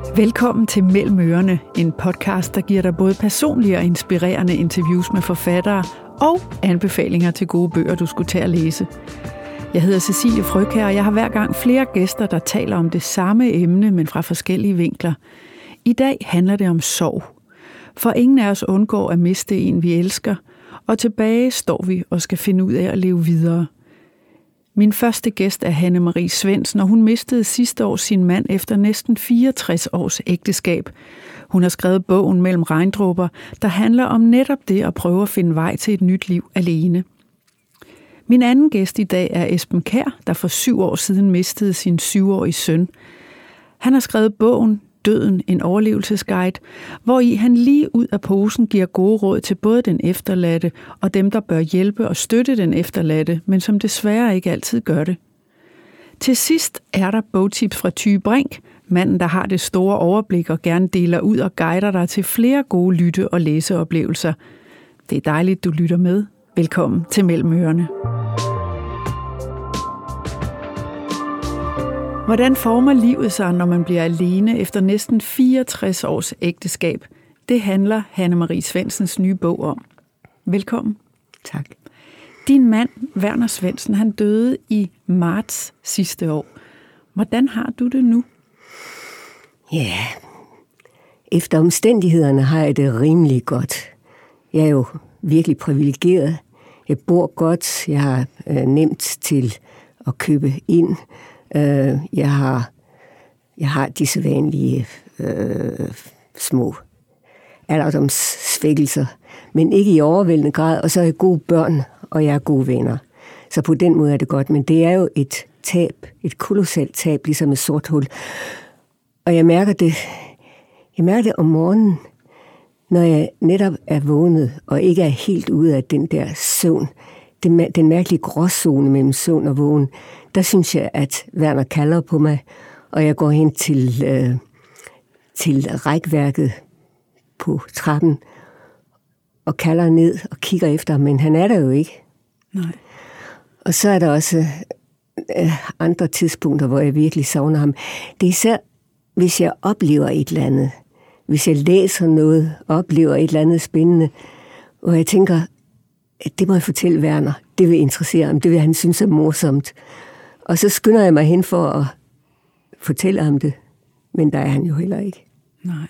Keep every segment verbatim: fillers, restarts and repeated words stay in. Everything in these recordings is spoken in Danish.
Velkommen til Mellem Ørerne, en podcast, der giver dig både personlige og inspirerende interviews med forfattere og anbefalinger til gode bøger, du skulle tage at læse. Jeg hedder Cecilie Frøkjær, og jeg har hver gang flere gæster, der taler om det samme emne, men fra forskellige vinkler. I dag handler det om sorg. For ingen af os undgår at miste en, vi elsker, og tilbage står vi og skal finde ud af at leve videre. Min første gæst er Hanne Marie Svendsen, og hun mistede sidste år sin mand efter næsten fireogtres års ægteskab. Hun har skrevet bogen Mellem regndråber, der handler om netop det at prøve at finde vej til et nyt liv alene. Min anden gæst i dag er Esben Kjær, der for syv år siden mistede sin syvårige søn. Han har skrevet bogen Døden, en overlevelsesguide, hvori han lige ud af posen giver gode råd til både den efterladte og dem, der bør hjælpe og støtte den efterladte, men som desværre ikke altid gør det. Til sidst er der bogtips fra Thy Brink, manden, der har det store overblik og gerne deler ud og guider dig til flere gode lytte- og læseoplevelser. Det er dejligt, du lytter med. Velkommen til Mellem Ørerne. Hvordan former livet sig, når man bliver alene efter næsten fireogtres års ægteskab? Det handler Hanne Marie Svendsens nye bog om. Velkommen. Tak. Din mand, Werner Svendsen, han døde i marts sidste år. Hvordan har du det nu? Ja, efter omstændighederne har jeg det rimelig godt. Jeg er jo virkelig privilegeret. Jeg bor godt. Jeg har øh, nemt til at købe ind. Jeg har, jeg har disse vanlige øh, små alderdomssvækkelser, men ikke i overvældende grad, og så er jeg gode børn, og jeg er gode venner. Så på den måde er det godt, men det er jo et tab, et kolossalt tab, ligesom et sort hul. Og jeg mærker det, jeg mærker det om morgenen, når jeg netop er vågnet, og ikke er helt ude af den der søvn, den, den mærkelige gråzone mellem søvn og vågen. Der synes jeg, at Werner kalder på mig, og jeg går hen til, øh, til rækværket på trappen og kalder ned og kigger efter ham, men han er der jo ikke. Nej. Og så er der også øh, andre tidspunkter, hvor jeg virkelig savner ham. Det er især, hvis jeg oplever et eller andet, hvis jeg læser noget, oplever et eller andet spændende, hvor jeg tænker, at det må jeg fortælle Werner, det vil interessere ham, det vil han synes er morsomt. Og så skynder jeg mig hen for at fortælle ham det. Men der er han jo heller ikke. Nej.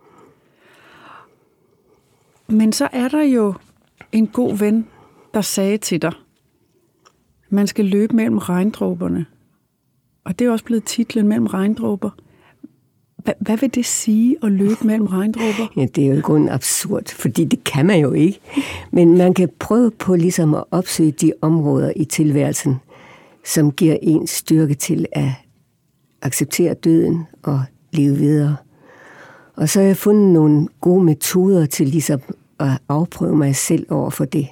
Men så er der jo en god ven, der sagde til dig, man skal løbe mellem regndråberne. Og det er også blevet titlen Mellem regndråber. H- hvad vil det sige at løbe mellem regndråber? Ja, det er jo i grunden absurd, fordi det kan man jo ikke. Men man kan prøve på ligesom at opsøge de områder i tilværelsen, som giver en styrke til at acceptere døden og leve videre. Og så har jeg fundet nogle gode metoder til ligesom at afprøve mig selv over for det.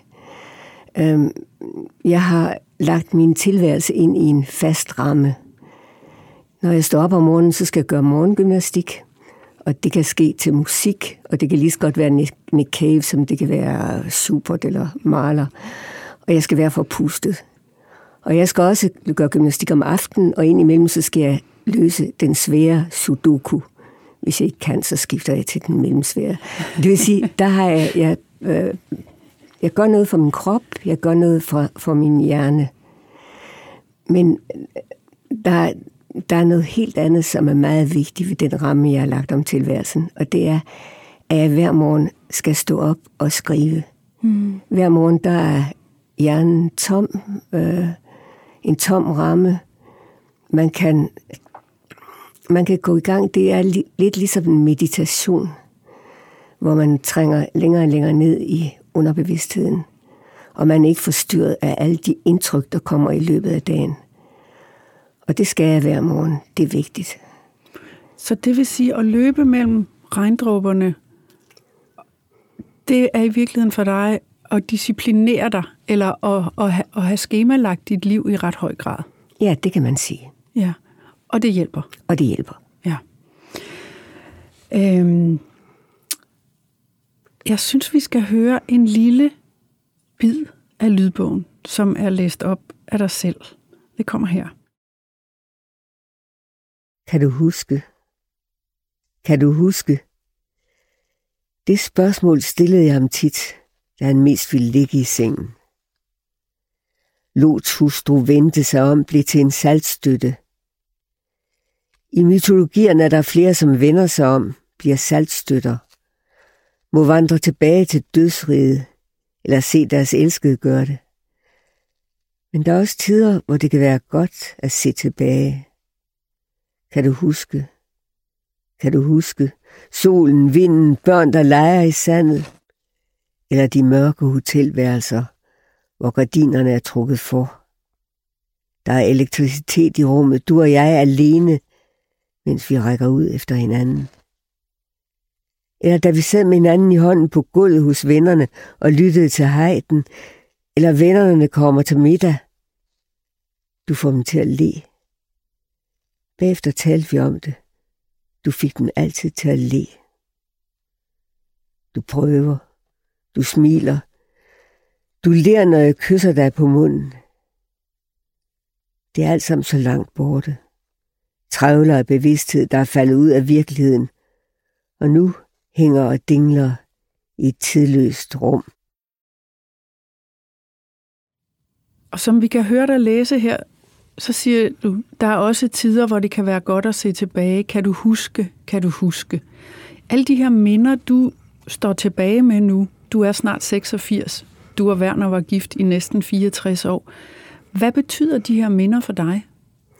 Jeg har lagt min tilværelse ind i en fast ramme. Når jeg står op om morgenen, så skal jeg gøre morgengymnastik, og det kan ske til musik, og det kan lige så godt være Nick Cave, som det kan være Schubert eller Mahler, og jeg skal være forpustet. Og jeg skal også gøre gymnastik om aftenen, og indimellem så skal jeg løse den svære sudoku. Hvis jeg ikke kan, så skifter jeg til den mellemsvære. Det vil sige, der har jeg, jeg, øh, jeg gør noget for min krop, jeg gør noget for, for min hjerne. Men der, der er noget helt andet, som er meget vigtigt ved den ramme, jeg har lagt om tilværelsen. Og det er, at jeg hver morgen skal stå op og skrive. Hmm. Hver morgen, der er hjernen tom, øh, en tom ramme. Man kan, man kan gå i gang. Det er li- lidt ligesom en meditation, hvor man trænger længere og længere ned i underbevidstheden, og man er ikke forstyrret af alle de indtryk, der kommer i løbet af dagen. Og det skal jeg hver morgen. Det er vigtigt. Så det vil sige, at løbe mellem regndråberne, det er i virkeligheden for dig at disciplinere dig, eller at, at, have, at have skemalagt dit liv i ret høj grad? Ja, det kan man sige. Ja, og det hjælper. Og det hjælper. Ja. Øhm, jeg synes, vi skal høre en lille bid af lydbogen, som er læst op af dig selv. Det kommer her. Kan du huske? Kan du huske? Det spørgsmål stillede jeg ham tit, da han mest ville ligge i sengen. Lots hustru vendte sig om, blev til en saltstøtte. I mytologierne er der flere, som vender sig om, bliver saltstøtter, må vandre tilbage til dødsriget, eller se deres elskede gøre det. Men der er også tider, hvor det kan være godt at se tilbage. Kan du huske? Kan du huske? Solen, vinden, børn, der leger i sandet. Eller de mørke hotelværelser, hvor gardinerne er trukket for. Der er elektricitet i rummet, du og jeg er alene, mens vi rækker ud efter hinanden. Eller da vi sad med hinanden i hånden på gulvet hos vennerne og lyttede til hejden, eller vennerne kommer til middag. Du får dem til at le. Bagefter talte vi om det. Du fik dem altid til at le. Du prøver. Du smiler. Du ler, når jeg kysser dig på munden. Det er alt sammen så langt borte. Trævler af bevidsthed, der er faldet ud af virkeligheden. Og nu hænger og dingler i et tidløst rum. Og som vi kan høre dig læse her, så siger du, der er også tider, hvor det kan være godt at se tilbage. Kan du huske? Kan du huske? Alle de her minder, du står tilbage med nu, du er snart seksogfirs. Du og Werner var gift i næsten fireogtres år. Hvad betyder de her minder for dig?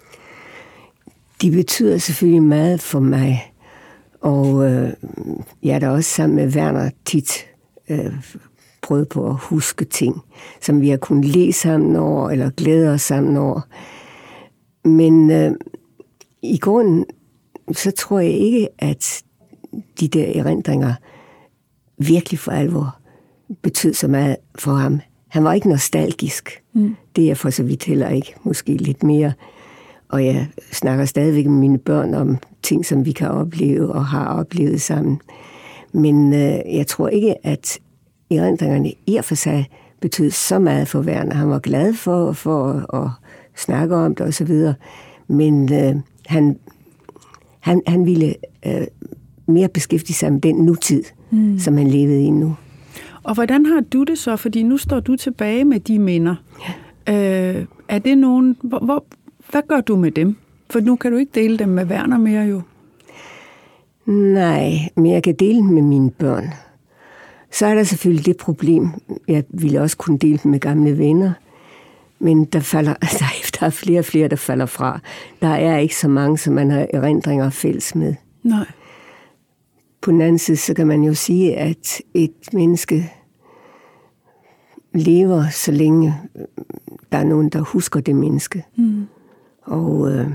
De betyder selvfølgelig meget for mig. Og øh, jeg er da også sammen med Werner tit øh, prøvet på at huske ting, som vi har kunnet læse sammen over, eller glæde os sammen over. Men øh, i grunden, så tror jeg ikke, at de der erindringer virkelig for alvor betød så meget for ham. Han var ikke nostalgisk. Mm. Det er jeg for så vidt heller ikke. Måske lidt mere. Og jeg snakker stadigvæk med mine børn om ting, som vi kan opleve og har oplevet sammen. Men øh, jeg tror ikke, at erindringerne i og for sig betød så meget for Werner. Han var glad for, for at, at snakke om det osv. Men øh, han, han, han ville øh, mere beskæftige sig med den nutid, mm. som han levede i nu. Og hvordan har du det så? Fordi nu står du tilbage med de minder. Ja. Øh, er det nogen... Hvor, hvor, hvad gør du med dem? For nu kan du ikke dele dem med Werner mere jo. Nej, men jeg kan dele dem med mine børn. Så er der selvfølgelig det problem. Jeg ville også kunne dele dem med gamle venner. Men der, falder, der er flere og flere, der falder fra. Der er ikke så mange, som man har erindringer fælles med. Nej. På den anden side, så kan man jo sige, at et menneske lever, så længe der er nogen, der husker det menneske. Mm. Og øh,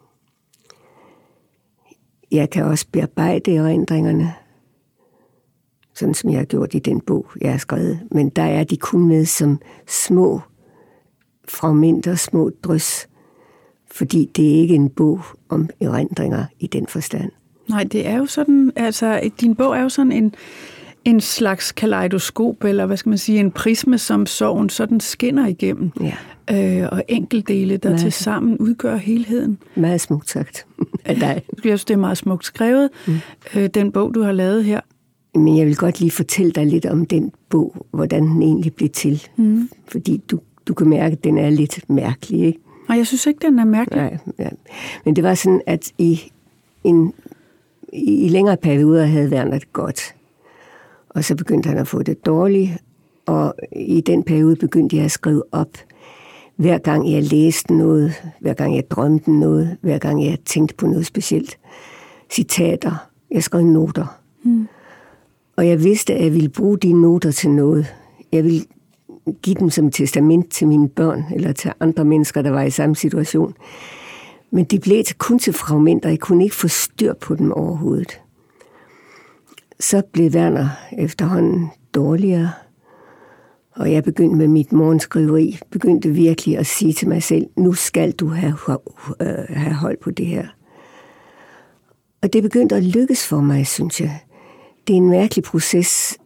jeg kan også bearbejde erindringerne, sådan som jeg har gjort i den bog, jeg har skrevet. Men der er de kun med som små fragmenter, små drys, fordi det er ikke en bog om erindringer i den forstand. Nej, det er jo sådan, altså din bog er jo sådan en, en slags kaleidoskop, eller hvad skal man sige, en prisme, som sorgen sådan skinner igennem. Ja. Øh, og enkeltdele, der til sammen udgør helheden. Meget smukt sagt af dig. Jeg synes, det er meget smukt skrevet, mm. øh, den bog, du har lavet her. Men jeg vil godt lige fortælle dig lidt om den bog, hvordan den egentlig blev til. Mm. Fordi du, du kan mærke, at den er lidt mærkelig, ikke? Nej, jeg synes ikke, den er mærkelig. Nej, ja. Men det var sådan, at i en i længere perioder havde Werner det godt. Og så begyndte han at få det dårligt, og i den periode begyndte jeg at skrive op. Hver gang jeg læste noget, hver gang jeg drømte noget, hver gang jeg tænkte på noget specielt. Citater, jeg skrev noter. Mm. Og jeg vidste, at jeg ville bruge de noter til noget. Jeg ville give dem som testament til mine børn, eller til andre mennesker, der var i samme situation. Men de blev kun til fragmenter, jeg kunne ikke få styr på dem overhovedet. Så blev Werner efterhånden dårligere, og jeg begyndte med mit morgenskriveri, begyndte virkelig at sige til mig selv, nu skal du have, have hold på det her. Og det begyndte at lykkes for mig, synes jeg. Det er en mærkelig proces.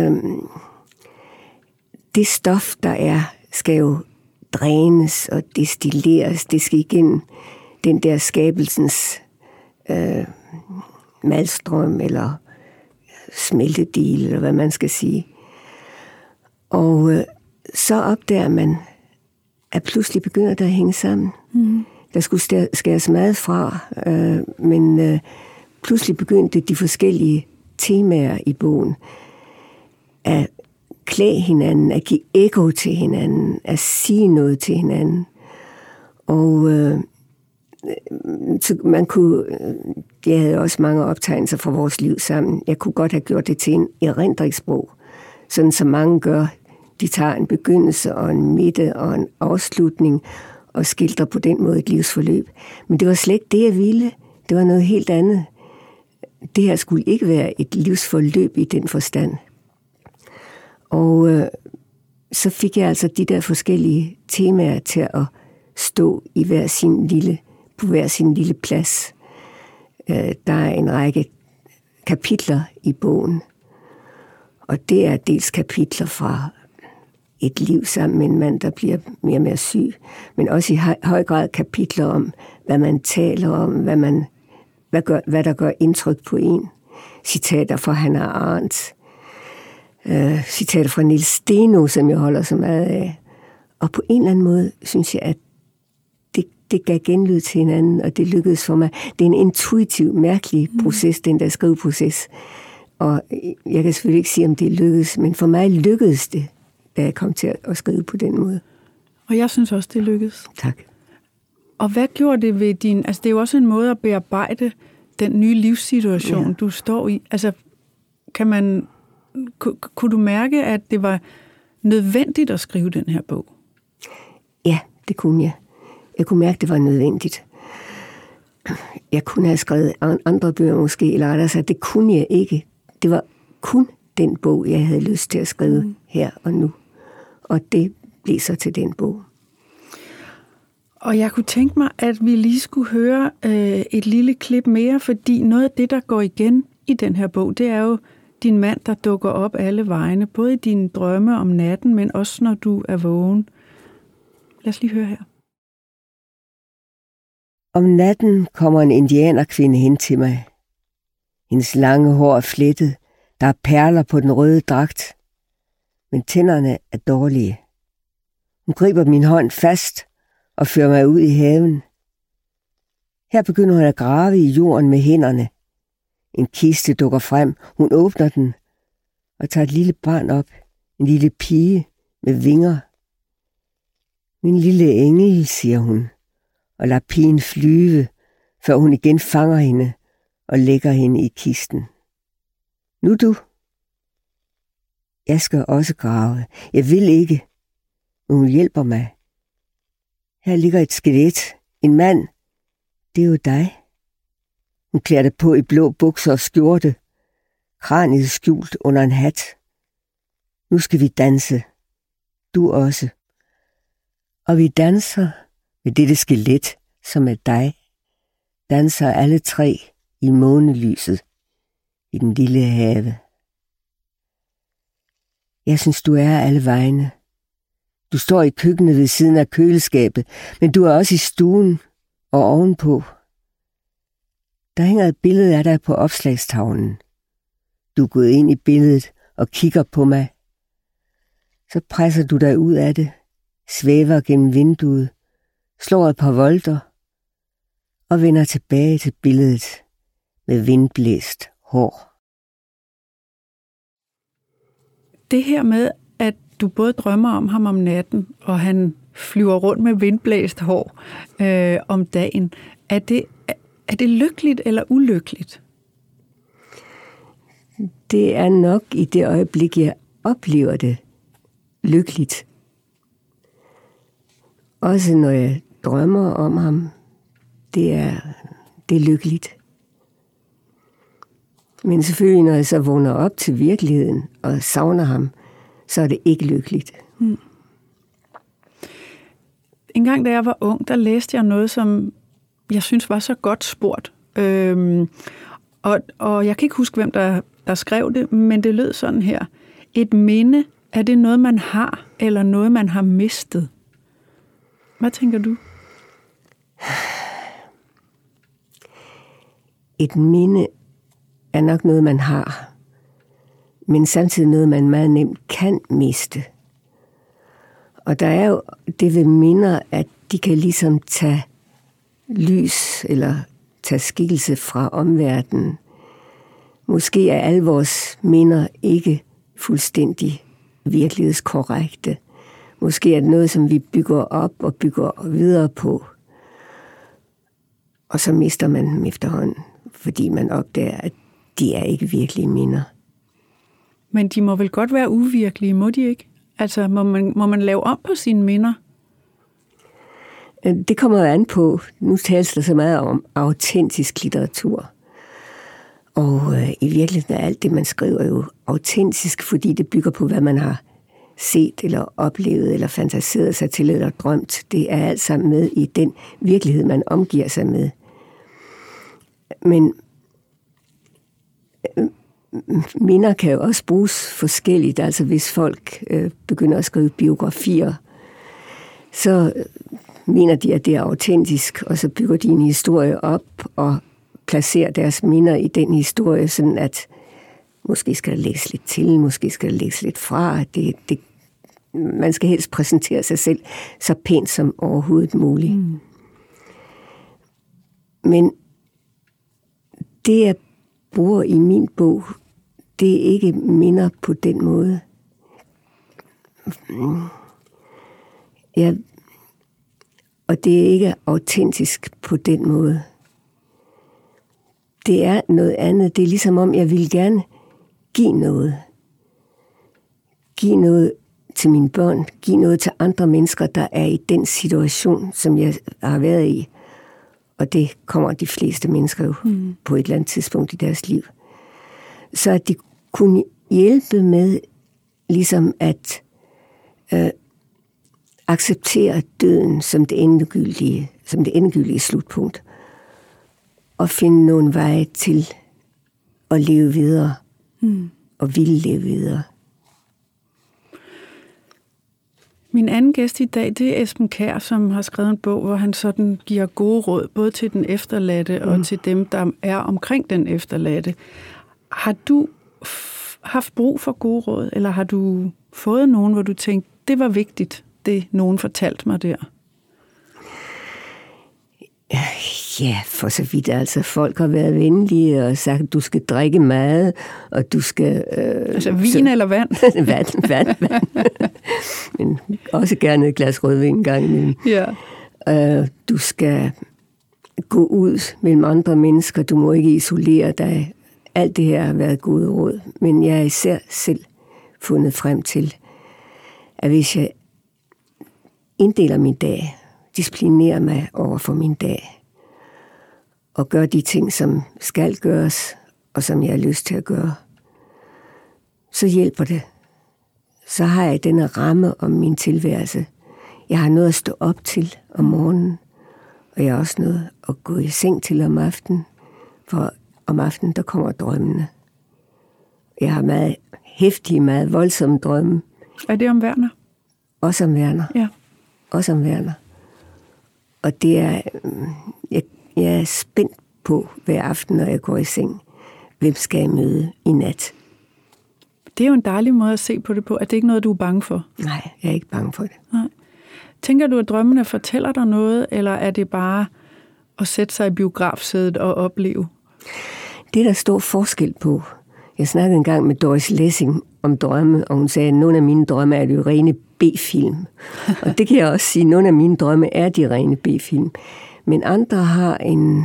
Det stof, der er, skal jo drænes og destilleres. Det skal igennem den der skabelsens øh, Malstrøm eller Smeltedil, eller hvad man skal sige. Og øh, så opdager man, at pludselig begynder der at hænge sammen. Mm. Der skulle skæres meget fra, øh, men øh, pludselig begyndte de forskellige temaer i bogen at klæde hinanden, at give ekko til hinanden, at sige noget til hinanden. Og øh, så man kunne, jeg havde også mange optegnelser fra vores liv sammen. Jeg kunne godt have gjort det til en erindringsbog, sådan som mange gør. De tager en begyndelse og en midte og en afslutning og skildrer på den måde et livsforløb. Men det var slet ikke det, jeg ville. Det var noget helt andet. Det her skulle ikke være et livsforløb i den forstand. Og øh, så fik jeg altså de der forskellige temaer til at stå i hver sin lille, på hver sin lille plads. Øh, der er en række kapitler i bogen. Og det er dels kapitler fra et liv sammen med en mand, der bliver mere og mere syg, men også i høj, høj grad kapitler om, hvad man taler om, hvad, man, hvad, gør, hvad der gør indtryk på en. Citater fra Hannah Arendt, øh, citater fra Niels Steno, som jeg holder så meget af. Og på en eller anden måde synes jeg, at det, det gav genlyd til hinanden, og det lykkedes for mig. Det er en intuitiv, mærkelig proces, mm. den der skriveproces. Og jeg kan selvfølgelig ikke sige, om det lykkedes, men for mig lykkedes det, da jeg kom til at skrive på den måde. Og jeg synes også, det lykkedes. Tak. Og hvad gjorde det ved din... Altså, det er jo også en måde at bearbejde den nye livssituation, ja. du står i. Altså, kan man... Kunne du mærke, at det var nødvendigt at skrive den her bog? Ja, det kunne jeg. Jeg kunne mærke, at det var nødvendigt. Jeg kunne have skrevet andre bøger måske, eller rettere sagt, det kunne jeg ikke. Det var kun den bog, jeg havde lyst til at skrive mm. her og nu. Og det blev så til den bog. Og jeg kunne tænke mig, at vi lige skulle høre øh, et lille klip mere, fordi noget af det, der går igen i den her bog, det er jo din mand, der dukker op alle vegne, både i dine drømme om natten, men også når du er vågen. Lad os lige høre her. Om natten kommer en indianerkvinde hen til mig. Hendes lange hår er flettet, der er perler på den røde dragt, men tænderne er dårlige. Hun griber min hånd fast og fører mig ud i haven. Her begynder hun at grave i jorden med hænderne. En kiste dukker frem. Hun åbner den og tager et lille barn op. En lille pige med vinger. Min lille engel, siger hun, og lader pigen flyve, før hun igen fanger hende og lægger hende i kisten. Nu du. Jeg skal også grave. Jeg vil ikke, men hun hjælper mig. Her ligger et skelet. En mand. Det er jo dig. Hun klæder det på i blå bukser og skjorte. Kraniet skjult under en hat. Nu skal vi danse. Du også. Og vi danser med dette skelet, som er dig. Danser alle tre i månelyset i den lille have. Jeg synes, du er alle vegne. Du står i køkkenet ved siden af køleskabet, men du er også i stuen og ovenpå. Der hænger et billede af dig på opslagstavlen. Du er gået ind i billedet og kigger på mig. Så presser du dig ud af det, svæver gennem vinduet, slår et par volter og vender tilbage til billedet med vindblæst hår. Det her med, at du både drømmer om ham om natten, og han flyver rundt med vindblæst hår øh, om dagen, er det, er det lykkeligt eller ulykkeligt? Det er nok i det øjeblik, jeg oplever det lykkeligt. Også når jeg drømmer om ham, det er, det er lykkeligt. Men selvfølgelig, når jeg så vågner op til virkeligheden og savner ham, så er det ikke lykkeligt. Hmm. En gang, da jeg var ung, der læste jeg noget, som jeg synes var så godt spurgt. Øhm, og, og jeg kan ikke huske, hvem der, der skrev det, men det lød sådan her. Et minde, er det noget, man har, eller noget, man har mistet? Hvad tænker du? Et minde er nok noget, man har, men samtidig noget, man meget nemt kan miste. Og der er jo det ved minder, at de kan ligesom tage lys eller tage skikkelse fra omverdenen. Måske er alle vores minder ikke fuldstændig virkelighedskorrekte. Måske er det noget, som vi bygger op og bygger videre på. Og så mister man dem efterhånden, fordi man opdager, at de er ikke virkelige minder. Men de må vel godt være uvirkelige, må de ikke? Altså, må man, må man lave om på sine minder? Det kommer jo an på. Nu tales der så meget om autentisk litteratur. Og øh, i virkeligheden er alt det, man skriver, jo autentisk, fordi det bygger på, hvad man har set eller oplevet eller fantaseret sig til eller drømt. Det er alt sammen med i den virkelighed, man omgiver sig med. Men øh, minder kan jo også bruges forskelligt. Altså hvis folk øh, begynder at skrive biografier, så mener de, at det er autentisk, og så bygger de en historie op og placerer deres minder i den historie, sådan at måske skal der lægges lidt til, måske skal der lægges lidt fra. Det, det, man skal helst præsentere sig selv så pænt som overhovedet muligt. Mm. Men det, jeg bruger i min bog, det er ikke minder på den måde. Jeg, og det er ikke autentisk på den måde. Det er noget andet. Det er ligesom om, jeg vil gerne give noget. Give noget til mine børn. Give noget til andre mennesker, der er i den situation, som jeg har været i. Og det kommer de fleste mennesker jo mm. på et eller andet tidspunkt i deres liv. Så at de kunne hjælpe med ligesom at øh, acceptere døden som det endegyldige, som det endegyldige slutpunkt. Og finde nogle veje til at leve videre. Mm. Og ville leve videre. Min anden gæst i dag, det er Esben Kjær, som har skrevet en bog, hvor han sådan giver gode råd, både til den efterladte mm. og til dem, der er omkring den efterladte. Har du f- haft brug for gode råd, eller har du fået nogen, hvor du tænkte, det var vigtigt, det nogen fortalte mig der? Ja, for så vidt. Altså, folk har været venlige og sagt, at du skal drikke meget, og du skal... Øh, altså vin så, eller vand? vand, vand, vand. Men også gerne et glas rødvin en gang imellem. Ja. Øh, du skal gå ud mellem andre mennesker, du må ikke isolere dig. Alt det her har været gode råd, men jeg har især selv fundet frem til, at hvis jeg inddeler min dag, disciplinerer mig over for min dag, og gør de ting, som skal gøres, og som jeg har lyst til at gøre, så hjælper det. Så har jeg denne ramme om min tilværelse. Jeg har noget at stå op til om morgenen, og jeg har også noget at gå i seng til om aftenen, for om aftenen, der kommer drømmene. Jeg har meget heftige, meget voldsomme drømme. Er det om Werner? Også om Werner. Ja. Også om Werner. Og det er, jeg, jeg er spændt på hver aften, når jeg går i seng. Hvem skal jeg møde i nat? Det er jo en dejlig måde at se på det på. Er det ikke noget, du er bange for? Nej, jeg er ikke bange for det. Nej. Tænker du, at drømmene fortæller dig noget, eller er det bare at sætte sig i biografsædet og opleve? Det er der stor forskel på. Jeg snakkede engang med Doris Lessing om drømme, og hun sagde, at nogle af mine drømme er de rene B-film. Og det kan jeg også sige, at nogle af mine drømme er de rene B-film. Men andre har en,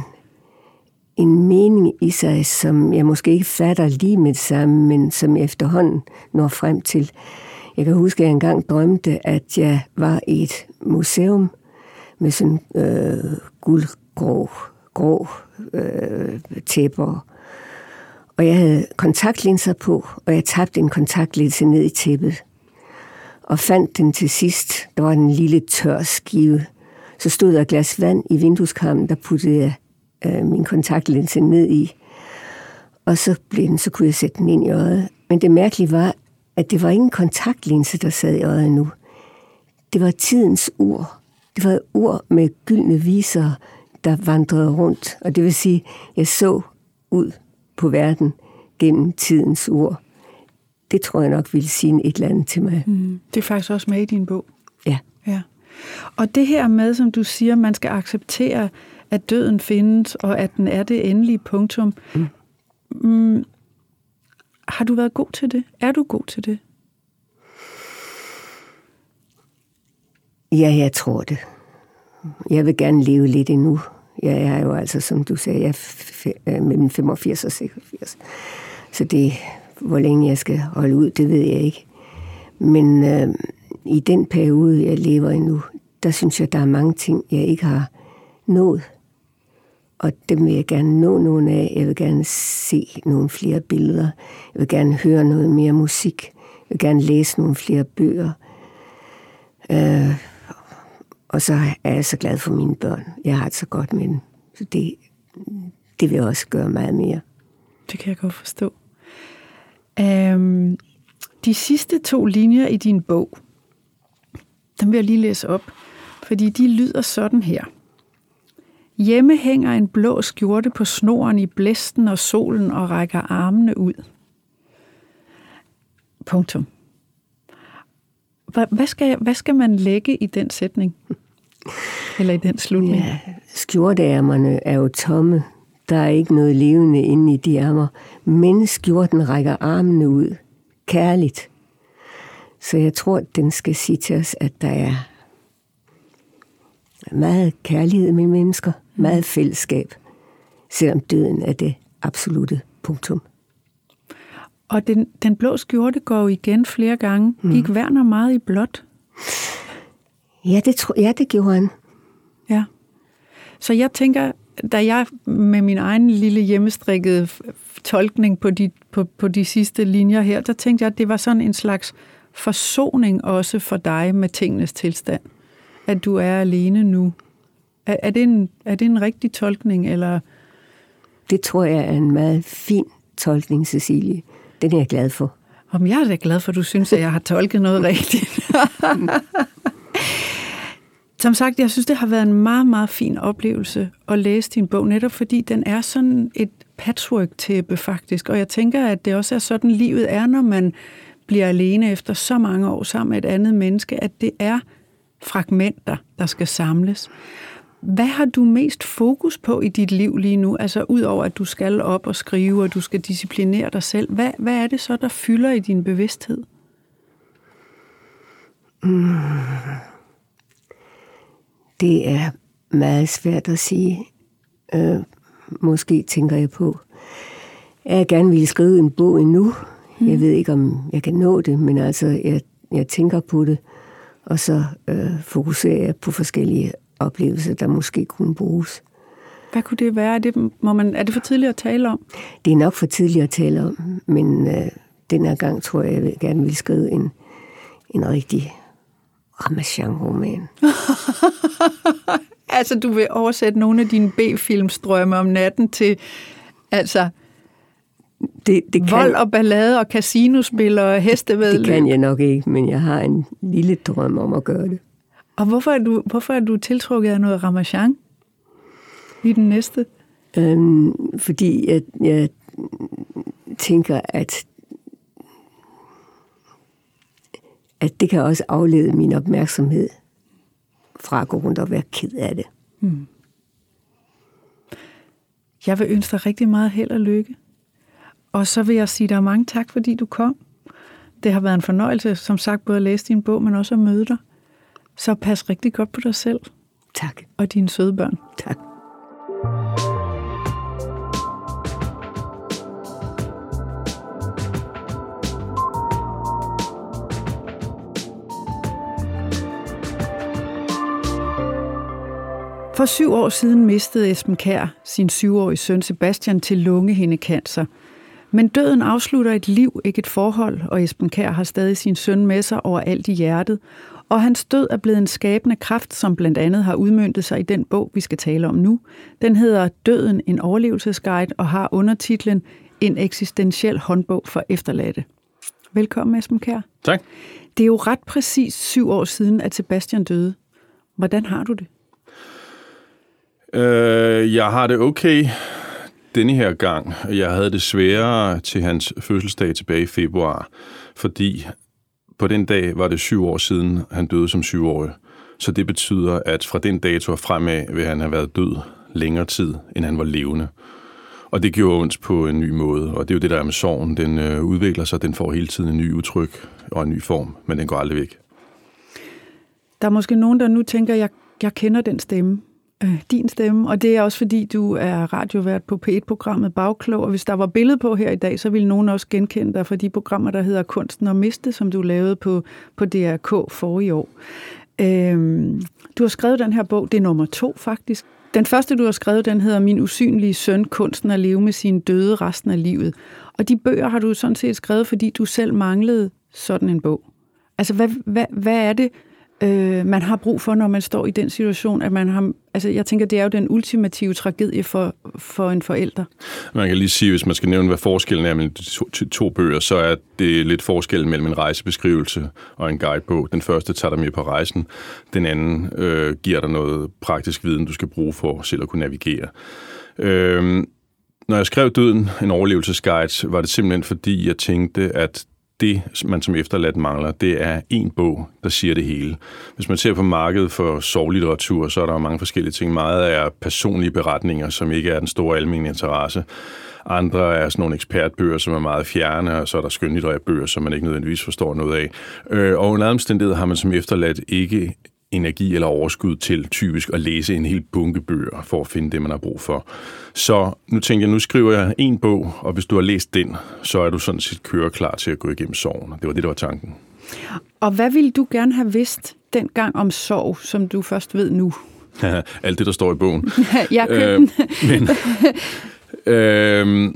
en mening i sig, som jeg måske ikke fatter lige med det samme, men som jeg efterhånden når frem til. Jeg kan huske, at jeg engang drømte, at jeg var i et museum med sådan øh, guldgrå grå, øh, tæpper. Og jeg havde kontaktlinser på, og jeg tabte en kontaktlinse ned i tæppet. Og fandt den til sidst. Der var en lille tør skive. Så stod der et glas vand i vindueskarmen, der puttede jeg øh, min kontaktlinse ned i. Og så blev den, så kunne jeg sætte den ind i øjet. Men det mærkelige var, at det var ingen kontaktlinse, der sad i øjet nu. Det var tidens ur. Det var et ur med gyldne viser, der vandrede rundt. Og det vil sige, at jeg så ud på verden gennem tidens ord. Det tror jeg nok ville sige et eller andet til mig. Mm. Det er faktisk også med i din bog. Ja. Ja. Og det her med, som du siger, man skal acceptere, at døden findes, og at den er det endelige punktum. Mm. Mm. Har du været god til det? Er du god til det? Ja, jeg tror det. Jeg vil gerne leve lidt endnu. Jeg er jo altså, som du sagde, jeg er f- mellem femogfirs og seksogfirs. Så det, hvor længe jeg skal holde ud, det ved jeg ikke. Men øh, i den periode, jeg lever endnu, der synes jeg, der er mange ting, jeg ikke har nået. Og dem vil jeg gerne nå nogle af. Jeg vil gerne se nogle flere billeder. Jeg vil gerne høre noget mere musik. Jeg vil gerne læse nogle flere bøger. Øh, og så er jeg så glad for mine børn. Jeg har det så godt med dem. Så det, det vil jeg også gøre meget mere. Det kan jeg godt forstå. Um, de sidste to linjer i din bog, dem vil jeg lige læse op, fordi de lyder sådan her. Hjemme hænger en blå skjorte på snoren i blæsten og solen og rækker armene ud. Punktum. Hvad skal, hvad skal man lægge i den sætning? Eller i den slutning? Ja, skjorteærmerne er jo tomme. Der er ikke noget levende inde i de ærmer. Men skjorten rækker armene ud. Kærligt. Så jeg tror, den skal sige til os, at der er meget kærlighed mellem mennesker. Meget fællesskab. Selvom døden er det absolutte punktum. Og den, den blå skjorte går igen flere gange. Gik mm. Werner meget i blåt? Ja, det, tro, ja, det gjorde han. Ja. Så jeg tænker, da jeg med min egen lille hjemmestrikkede tolkning på de, på, på de sidste linjer her, der tænkte jeg, at det var sådan en slags forsoning også for dig med tingenes tilstand. At du er alene nu. Er, er, det, en, er det en rigtig tolkning, eller? Det tror jeg er en meget fin tolkning, Cecilie. Den er jeg glad for. Om jeg er da glad for, at du synes, at jeg har tolket noget rigtigt. Som sagt, jeg synes, det har været en meget, meget fin oplevelse at læse din bog, netop fordi den er sådan et patchwork-tæppe faktisk. Og jeg tænker, at det også er sådan, livet er, når man bliver alene efter så mange år sammen med et andet menneske, at det er fragmenter, der skal samles. Hvad har du mest fokus på i dit liv lige nu? Altså udover at du skal op og skrive, og du skal disciplinere dig selv. Hvad, hvad er det så, der fylder i din bevidsthed? Mm. Det er meget svært at sige. Øh, måske tænker jeg på, at jeg gerne ville skrive en bog endnu. Mm. Jeg ved ikke, om jeg kan nå det, men altså, jeg, jeg tænker på det. Og så øh, fokuserer jeg på forskellige oplevelser, der måske kunne bruges. Hvad kunne det være? Er det, må man, er det for tidligt at tale om? Det er nok for tidligt at tale om, men øh, den her gang tror jeg, jeg gerne vil skrive en, en rigtig Ramachan-roman. Altså, du vil oversætte nogle af dine B-filmstrømme om natten til altså det, det kan, vold og ballade og casinospil og hestevæddeløb. Det kan jeg nok ikke, men jeg har en lille drøm om at gøre det. Og hvorfor er du, hvorfor er du tiltrukket af noget Ramachan i den næste? Øhm, fordi jeg, jeg tænker, at, at det kan også aflede min opmærksomhed fra at gå rundt og være ked af det. Hmm. Jeg vil ønske dig rigtig meget held og lykke. Og så vil jeg sige dig mange tak, fordi du kom. Det har været en fornøjelse, som sagt, både at læse din bog, men også at møde dig. Så pas rigtig godt på dig selv. Tak. Og dine søde børn. Tak. For syv år siden mistede Esben Kjær sin syvårige søn Sebastian til lungehindekancer. Men døden afslutter et liv, ikke et forhold, og Esben Kjær har stadig sin søn med sig overalt i hjertet. Og hans død er blevet en skabende kraft, som blandt andet har udmøntet sig i den bog, vi skal tale om nu. Den hedder Døden, en overlevelsesguide, og har undertitlen En eksistentiel håndbog for efterladte. Velkommen, Esben Kjær. Tak. Det er jo ret præcis syv år siden, at Sebastian døde. Hvordan har du det? Øh, jeg har det okay. denne her gang, jeg havde det sværere til hans fødselsdag tilbage i februar, fordi på den dag var det syv år siden, han døde som syvårig. Så det betyder, at fra den dato fremad vil han have været død længere tid, end han var levende. Og det gjorde ondt på en ny måde, og det er jo det, der er med sorgen. Den øh, udvikler sig, den får hele tiden en ny udtryk og en ny form, men den går aldrig væk. Der er måske nogen, der nu tænker, jeg, jeg kender den stemme, øh, din stemme, og det er også fordi, du er radiovært på P et-programmet Bagklog, og hvis der var billede på her i dag, så ville nogen også genkende dig fra de programmer, der hedder Kunsten at miste, som du lavede på, på D R K forrige år. Øh, du har skrevet den her bog, det er nummer to faktisk. Den første, du har skrevet, den hedder Min usynlige søn, kunsten at leve med sine døde resten af livet. Og de bøger har du sådan set skrevet, fordi du selv manglede sådan en bog. Altså, hvad, hvad, hvad er det, øh, man har brug for, når man står i den situation, at man har... Altså, jeg tænker, det er jo den ultimative tragedie for, for en forælder. Man kan lige sige, hvis man skal nævne, hvad forskellen er mellem de to, to bøger, så er det lidt forskellen mellem en rejsebeskrivelse og en guidebog. Den første tager dig med på rejsen. Den anden øh, giver dig noget praktisk viden, du skal bruge for selv at kunne navigere. Øh, når jeg skrev Døden, en overlevelsesguide, var det simpelthen fordi, jeg tænkte, at det, man som efterladt mangler, det er en bog, der siger det hele. Hvis man ser på markedet for sorglitteratur, så er der mange forskellige ting. Meget er personlige beretninger, som ikke er den store almene interesse. Andre er sådan nogle ekspertbøger, som er meget fjerne, og så er der skønlitterære bøger, som man ikke nødvendigvis forstår noget af. Og under omstændigheder har man som efterladt ikke energi eller overskud til typisk at læse en hel bunke bøger for at finde det, man har brug for. Så nu tænker jeg, nu skriver jeg en bog, og hvis du har læst den, så er du sådan set køreklar til at gå igennem sorgen. Det var det, der var tanken. Og hvad ville du gerne have vidst dengang om sorg, som du først ved nu? Alt det, der står i bogen. Jeg købte øh, men, øh,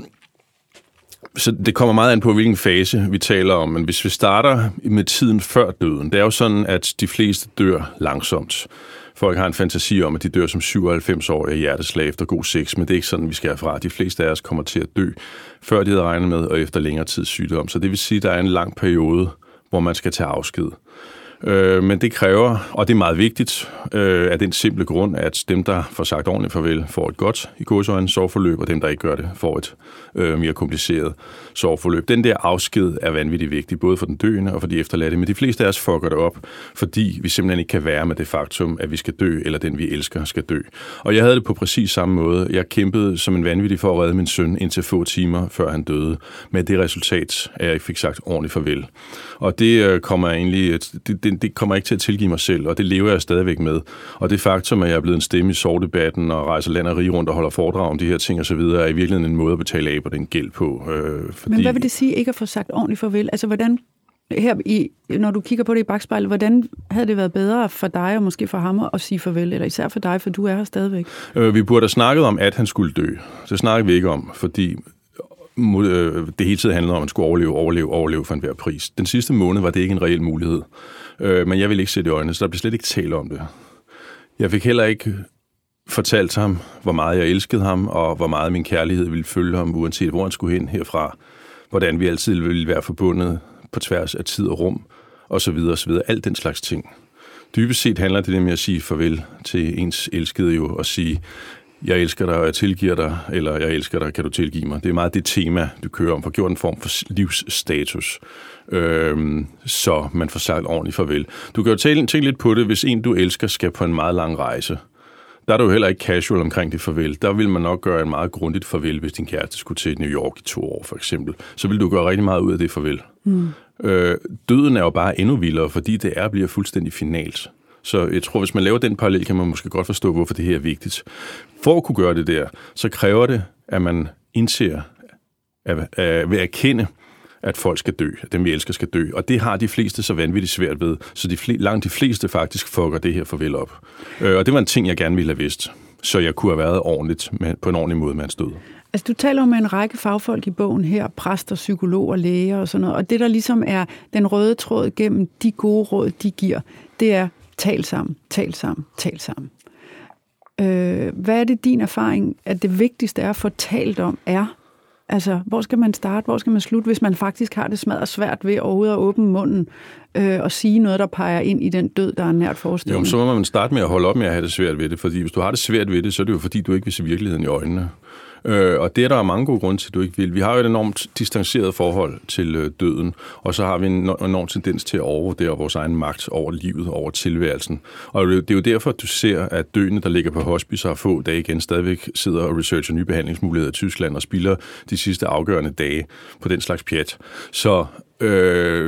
Så det kommer meget an på, hvilken fase vi taler om. Men hvis vi starter med tiden før døden, det er jo sådan, at de fleste dør langsomt. Folk har en fantasi om, at de dør som syvoghalvfems-årige af hjerteslag efter god sex, men det er ikke sådan, vi skal herfra. De fleste af os kommer til at dø, før de havde regnet med, og efter længere tids sygdom. Så det vil sige, at der er en lang periode, hvor man skal tage afsked. Øh, men det kræver, og det er meget vigtigt, øh, af den simple grund, at dem, der får sagt ordentligt farvel, får et godt i gåseøjne sorgforløb, og dem, der ikke gør det, får et øh, mere kompliceret sorgforløb. Den der afsked er vanvittigt vigtig, både for den døende og for de efterladte, men de fleste af os fucker det op, fordi vi simpelthen ikke kan være med det faktum, at vi skal dø, eller den, vi elsker, skal dø. Og jeg havde det på præcis samme måde. Jeg kæmpede som en vanvittig for at redde min søn indtil få timer, før han døde, med det resultat, at jeg ikke fik sagt ordentligt farvel. Og det øh, kommer jeg egentlig... Det, det, det kommer ikke til at tilgive mig selv, og det lever jeg stadigvæk med. Og det faktum, at jeg er blevet en stemme i sorgdebatten og rejser land og rige rundt og holder foredrag om de her ting osv., er i virkeligheden en måde at betale af på den gæld på. Øh, fordi... Men hvad vil det sige, ikke at få sagt ordentligt farvel? Altså, hvordan, her i, når du kigger på det i bagspejlet, hvordan havde det været bedre for dig og måske for ham at sige farvel, eller især for dig, for du er her stadigvæk? Øh, vi burde have snakket om, at han skulle dø. Det snakker vi ikke om, fordi det hele tiden handlede om, at man skulle overleve, overleve, overleve for enhver pris. Den sidste måned var det ikke en reel mulighed. Men jeg ville ikke se det i øjnene, så der blev slet ikke tale om det. Jeg fik heller ikke fortalt ham, hvor meget jeg elskede ham, og hvor meget min kærlighed ville følge ham, uanset hvor han skulle hen herfra. Hvordan vi altid ville være forbundet på tværs af tid og rum, og så videre, og så videre. Alt den slags ting. Dybest set handler det med at sige farvel til ens elskede jo, og sige, jeg elsker dig, og jeg tilgiver dig, eller jeg elsker dig, kan du tilgive mig. Det er meget det tema, du kører om, for gjort en form for livsstatus, øhm, så man får sagt ordentligt farvel. Du kan jo tænke lidt på det, hvis en, du elsker, skal på en meget lang rejse. Der er du jo heller ikke casual omkring det farvel. Der vil man nok gøre en meget grundigt farvel, hvis din kæreste skulle til New York i to år, for eksempel. Så vil du gøre rigtig meget ud af det farvel. Mm. Øh, døden er jo bare endnu vildere, fordi det er bliver fuldstændig finalt. Så jeg tror, hvis man laver den parallel, kan man måske godt forstå, hvorfor det her er vigtigt. For at kunne gøre det der, så kræver det, at man indser, at, at, ved at erkende, at folk skal dø, at dem vi elsker skal dø. Og det har de fleste så vanvittigt svært ved, så de fl- langt de fleste faktisk fucker det her farvel op. Øh, og det var en ting, jeg gerne ville have vidst, så jeg kunne have været ordentligt med, på en ordentlig måde med hans død. Altså, du taler om en række fagfolk i bogen her, præster, psykologer, læger og sådan noget, og det, der ligesom er den røde tråd gennem de gode råd, de giver, det er tal sammen, tal sammen, tal sammen. Øh, hvad er det din erfaring, at det vigtigste er at få talt om, er? Altså, hvor skal man starte, hvor skal man slutte, hvis man faktisk har det smadret svært ved overhovedet at åbne munden øh, og sige noget, der peger ind i den død, der er nært forestående? Jo, så må man starte med at holde op med at have det svært ved det, fordi hvis du har det svært ved det, så er det jo fordi, du ikke vil se virkeligheden i øjnene. Øh, og det er der mange gode grunde til, at du ikke vil. Vi har jo et enormt distanceret forhold til øh, døden, og så har vi en enorm tendens til at overvurdere vores egen magt over livet, over tilværelsen. Og det er jo derfor, at du ser, at døende, der ligger på hospice og få dage igen, stadigvæk sidder og researcher nye behandlingsmuligheder i Tyskland og spilder de sidste afgørende dage på den slags pjat. Så øh,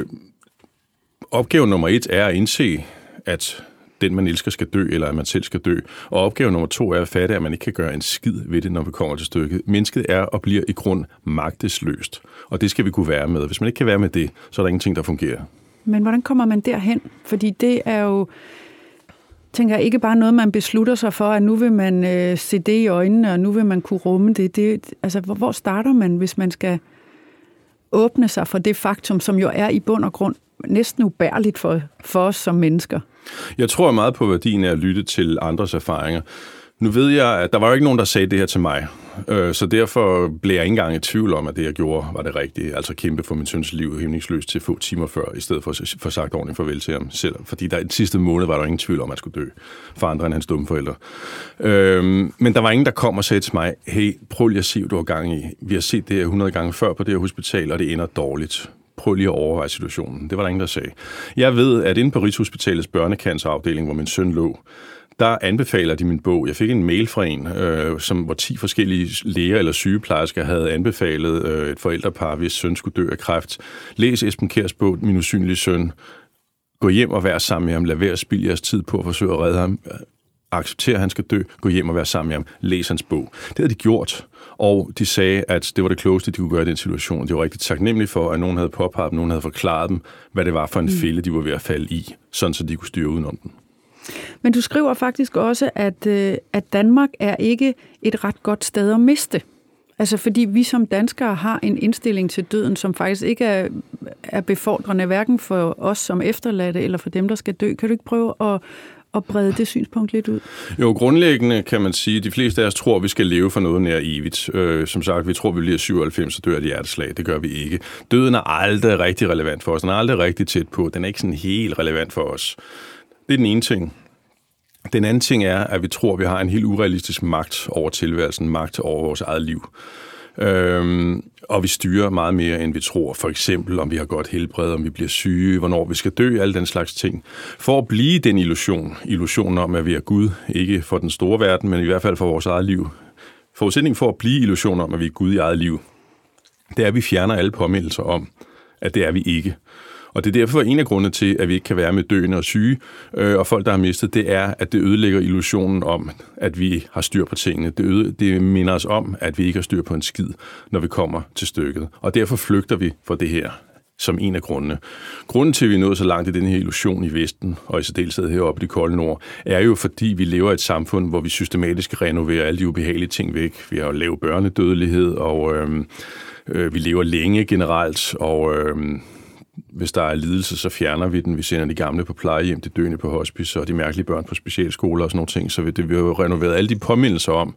opgave nummer et er at indse, at den, man elsker, skal dø, eller at man selv skal dø. Og opgave nummer to er at fatte, at man ikke kan gøre en skid ved det, når vi kommer til stykket. Mennesket er og bliver i grund magtesløst, og det skal vi kunne være med. Hvis man ikke kan være med det, så er der ingenting, der fungerer. Men hvordan kommer man derhen? Fordi det er jo, tænker jeg, ikke bare noget, man beslutter sig for, at nu vil man øh, se det i øjnene, og nu vil man kunne rumme det. det altså, hvor, hvor starter man, hvis man skal åbne sig for det faktum, som jo er i bund og grund næsten ubærligt for, for os som mennesker? Jeg tror meget på værdien af at lytte til andres erfaringer. Nu ved jeg, at der var jo ikke nogen, der sagde det her til mig, så derfor blev jeg ikke engang i tvivl om, at det, jeg gjorde, var det rigtige. Altså kæmpe for min søns liv hæmningsløst til få timer før, i stedet for at få sagt ordentligt farvel til ham selv. Fordi der i den sidste måned var der ingen tvivl om, at han skulle dø for andre end hans dumme forældre. Øhm, men der var ingen, der kom og sagde til mig, hey, prøv lige at se, hvad du har gang i. Vi har set det her hundrede gange før på det her hospital, og det ender dårligt. Prøv lige at overveje situationen. Det var der ingen, der sagde. Jeg ved, at inde på Rigshospitalets børnecancerafdeling, hvor min søn lå, der anbefaler de min bog. Jeg fik en mail fra en, øh, som, hvor ti forskellige læger eller sygeplejersker havde anbefalet øh, et forældrepar, hvis søn skulle dø af kræft. Læs Esben Kjærs bog, Min usynlige søn. Gå hjem og vær sammen med ham. Lad være at spilde jeres tid på at forsøge at redde ham. Accepter, at han skal dø. Gå hjem og vær sammen med ham. Læs hans bog. Det havde de gjort. Og de sagde, at det var det klogeste, de kunne gøre i den situation. De var rigtig taknemmelige for, at nogen havde påpeget dem, nogen havde forklaret dem, hvad det var for en fælde, de var ved at falde i, sådan så de kunne styre udenom den. Men du skriver faktisk også, at, at Danmark er ikke et ret godt sted at miste. Altså fordi vi som danskere har en indstilling til døden, som faktisk ikke er, er befordrende, hverken for os som efterladte eller for dem, der skal dø. Kan du ikke prøve at, at brede det synspunkt lidt ud? Jo, grundlæggende kan man sige, at de fleste af os tror, at vi skal leve for noget nær evigt. Øh, som sagt, vi tror, at vi bliver syvoghalvfems og dør af et hjerteslag. Det gør vi ikke. Døden er aldrig rigtig relevant for os. Den er aldrig rigtig tæt på. Den er ikke sådan helt relevant for os. Det er den ene ting. Den anden ting er, at vi tror, at vi har en helt urealistisk magt over tilværelsen, magt over vores eget liv. Øhm, og vi styrer meget mere, end vi tror. For eksempel, om vi har godt helbred, om vi bliver syge, hvornår vi skal dø, alle den slags ting. For at blive den illusion, illusionen om, at vi er Gud, ikke for den store verden, men i hvert fald for vores eget liv. Forudsætningen for at blive illusionen om, at vi er Gud i eget liv, det er, at vi fjerner alle påmindelser om, at det er vi ikke. Og det er derfor en af grundene til, at vi ikke kan være med døende og syge, øh, og folk, der har mistet, det er, at det ødelægger illusionen om, at vi har styr på tingene. Det, øde, det minder os om, at vi ikke har styr på en skid, når vi kommer til stykket. Og derfor flygter vi fra det her som en af grundene. Grunden til, at vi er nået så langt i den her illusion i Vesten, og i særdeleshed heroppe i det kolde nord, er jo fordi, vi lever i et samfund, hvor vi systematisk renoverer alle de ubehagelige ting væk. Vi har jo lav børnedødelighed, og øh, øh, vi lever længe generelt, og øh, hvis der er lidelse, så fjerner vi den. Vi sender de gamle på plejehjem, de døende på hospice, og de mærkelige børn på specialskoler og sådan nogle ting. Så vi, det, vi har jo renoveret alle de påmindelser om,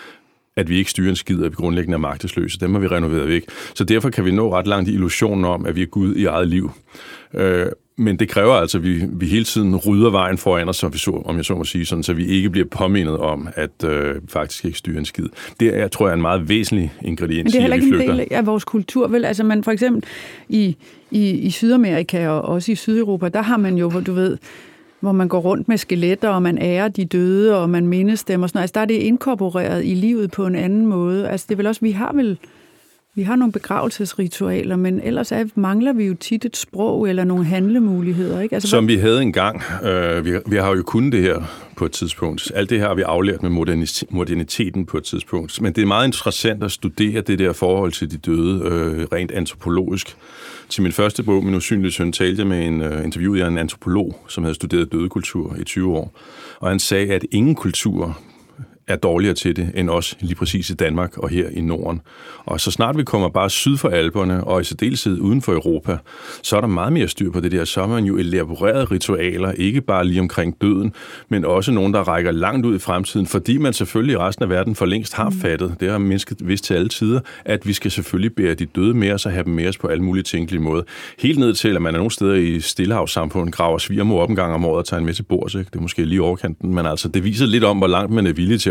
at vi ikke styrer en skid, at vi grundlæggende er magtesløse. Dem har vi renoveret væk. Så derfor kan vi nå ret langt i illusionen om, at vi er Gud i eget liv. Øh, men det kræver altså, at vi, vi hele tiden rydder vejen foran os, som vi så, om jeg så må sige, sådan, så vi ikke bliver påmindet om, at øh, faktisk ikke styrer en skid. Det er, tror jeg, en meget væsentlig ingrediens i, at vi flygter. Men det er heller ikke en del af vores kultur, vel? Altså man for eksempel i, i, i Sydamerika og også i Sydeuropa, der har man jo, hvor du ved, hvor man går rundt med skeletter, og man ærer de døde, og man mindes dem og sådan noget. Altså der er det inkorporeret i livet på en anden måde. Altså det er vel også, vi har vel Vi har nogle begravelsesritualer, men ellers er, mangler vi jo tit et sprog eller nogle handlemuligheder, ikke? Altså, Som vi havde engang. Øh, vi, vi har jo kunnet det her på et tidspunkt. Alt det her har vi aflært med modernis- moderniteten på et tidspunkt. Men det er meget interessant at studere det der forhold til de døde, øh, rent antropologisk. Til min første bog, Min usynlige søn, talte jeg med en uh, interviewet af en antropolog, som havde studeret dødekultur i tyve år. Og han sagde, at ingen kultur er dårligere til det end os lige præcis i Danmark og her i Norden. Og så snart vi kommer bare syd for Alperne og i særdeleshed uden for Europa, så er der meget mere styr på det der. Så har man jo elaboreret ritualer, ikke bare lige omkring døden, men også nogen, der rækker langt ud i fremtiden, fordi man selvfølgelig i resten af verden for længst har fattet, det har mennesket vidst til alle tider, at vi skal selvfølgelig bære de døde med os og have dem med os på alle mulige tænkelige måder. Helt ned til, at man er nogle steder i Stillehavssamfundet graver svigermor op en gang om året og tager en med til bords. Det er måske lige overkanten, men altså det viser lidt om, hvor langt man er villig til at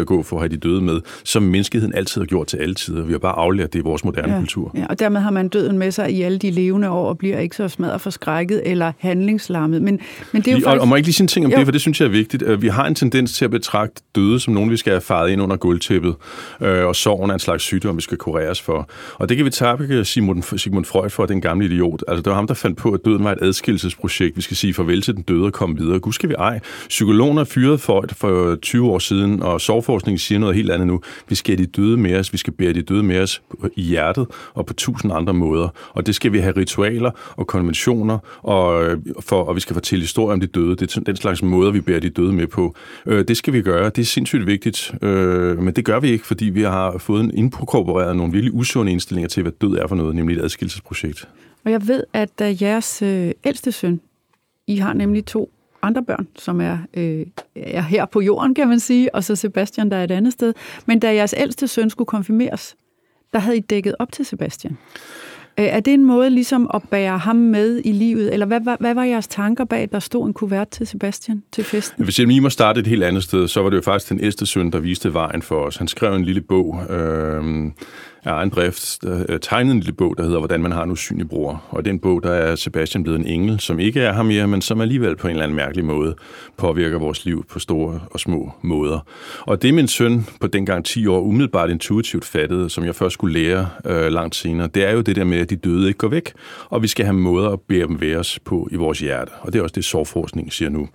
at gå for at have de døde med, som menneskeheden altid har gjort til alle tider. Vi har bare aflært det i vores moderne ja, kultur. Ja, og dermed har man døden med sig i alle de levende år, og bliver ikke så smadret forskrækket eller handlingslammet. Men, men det er jo lige, faktisk... Og må jeg ikke lige sige en ting om jo. det, for det synes jeg er vigtigt. Vi har en tendens til at betragte døde som nogen, vi skal have faret ind under gulvtæppet, øh, og sorgen er en slags sygdom, vi skal kureres for. Og det kan vi takke Sigmund, Sigmund Freud for, den gamle idiot. Altså, det var ham, der fandt på, at døden var et adskillelsesprojekt. Vi skal sige farvel til den døde og komme videre. Gud skal vi ej. Psykologen er fyret for, for tyve år siden, og sorgforskningen siger noget helt andet nu. Vi skal have de døde med os, vi skal bære de døde med os i hjertet og på tusind andre måder. Og det skal vi have ritualer og konventioner, og, for, og vi skal fortælle historier om de døde. Det er den slags måder, vi bærer de døde med på. Det skal vi gøre. Det er sindssygt vigtigt. Men det gør vi ikke, fordi vi har fået en inkorporeret nogle virkelig usunde indstillinger til, hvad død er for noget, nemlig et adskillelsesprojekt. Og jeg ved, at da jeres øh, ældste søn, I har nemlig to andre børn, som er, øh, er her på jorden, kan man sige, og så Sebastian, der er et andet sted. Men da jeres ældste søn skulle konfirmeres, der havde I dækket op til Sebastian. Øh, er det en måde ligesom at bære ham med i livet, eller hvad, hvad, hvad var jeres tanker bag, der stod en kuvert til Sebastian til festen? Hvis jeg lige må starte et helt andet sted, så var det jo faktisk den ældste søn, der viste vejen for os. Han skrev en lille bog, øh, af egen drift, der tegnede en lille bog, der hedder Hvordan man har en usynlig bror. Og i den bog, der er Sebastian blevet en engel, som ikke er ham mere, men som alligevel på en eller anden mærkelig måde påvirker vores liv på store og små måder. Og det min søn på dengang ti år umiddelbart intuitivt fattede, som jeg først skulle lære øh, langt senere, det er jo det der med, at de døde ikke går væk, og vi skal have måder at bære dem ved os på i vores hjerte. Og det er også det, sorgforskningen siger nu.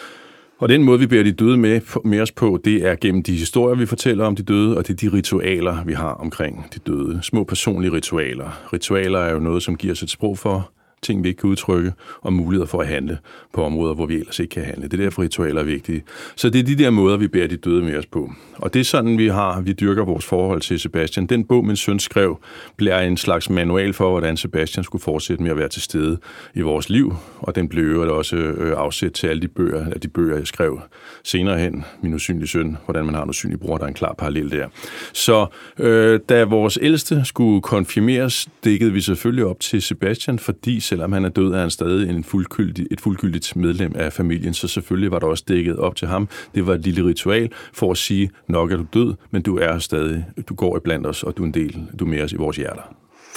Og den måde, vi bærer de døde med, med os på, det er gennem de historier, vi fortæller om de døde, og det er de ritualer, vi har omkring de døde. Små personlige ritualer. Ritualer er jo noget, som giver os et sprog for ting, vi ikke kan udtrykke, og muligheder for at handle på områder, hvor vi ellers ikke kan handle. Det er derfor, ritualer er vigtige. Så det er de der måder, vi bærer de døde med os på. Og det er sådan, vi har, vi dyrker vores forhold til Sebastian. Den bog, min søn skrev, bliver en slags manual for, hvordan Sebastian skulle fortsætte med at være til stede i vores liv, og den blev jo også afsæt til alle de bøger, af de bøger, jeg skrev senere hen. Min usynlige søn, hvordan man har en usynlig bror, der er en klar parallel der. Så øh, da vores ældste skulle konfirmeres, dækkede vi selvfølgelig op til Sebastian, fordi selvom han er død, er han stadig en fuldgyldig, et fuldgyldigt medlem af familien, så selvfølgelig var der også dækket op til ham. Det var et lille ritual for at sige, nok er du død, men du er stadig, du går iblandt os, og du er en del, du er med os i vores hjerter.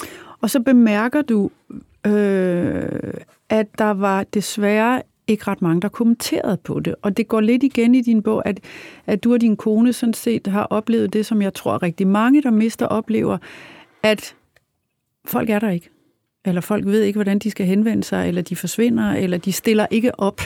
Og så bemærker du, øh, at der var desværre ikke ret mange, der kommenterede på det. Og det går lidt igen i din bog, at, at du og din kone sådan set har oplevet det, som jeg tror rigtig mange, der mister, oplever, at folk er der ikke. Eller folk ved ikke, hvordan de skal henvende sig, eller de forsvinder, eller de stiller ikke op.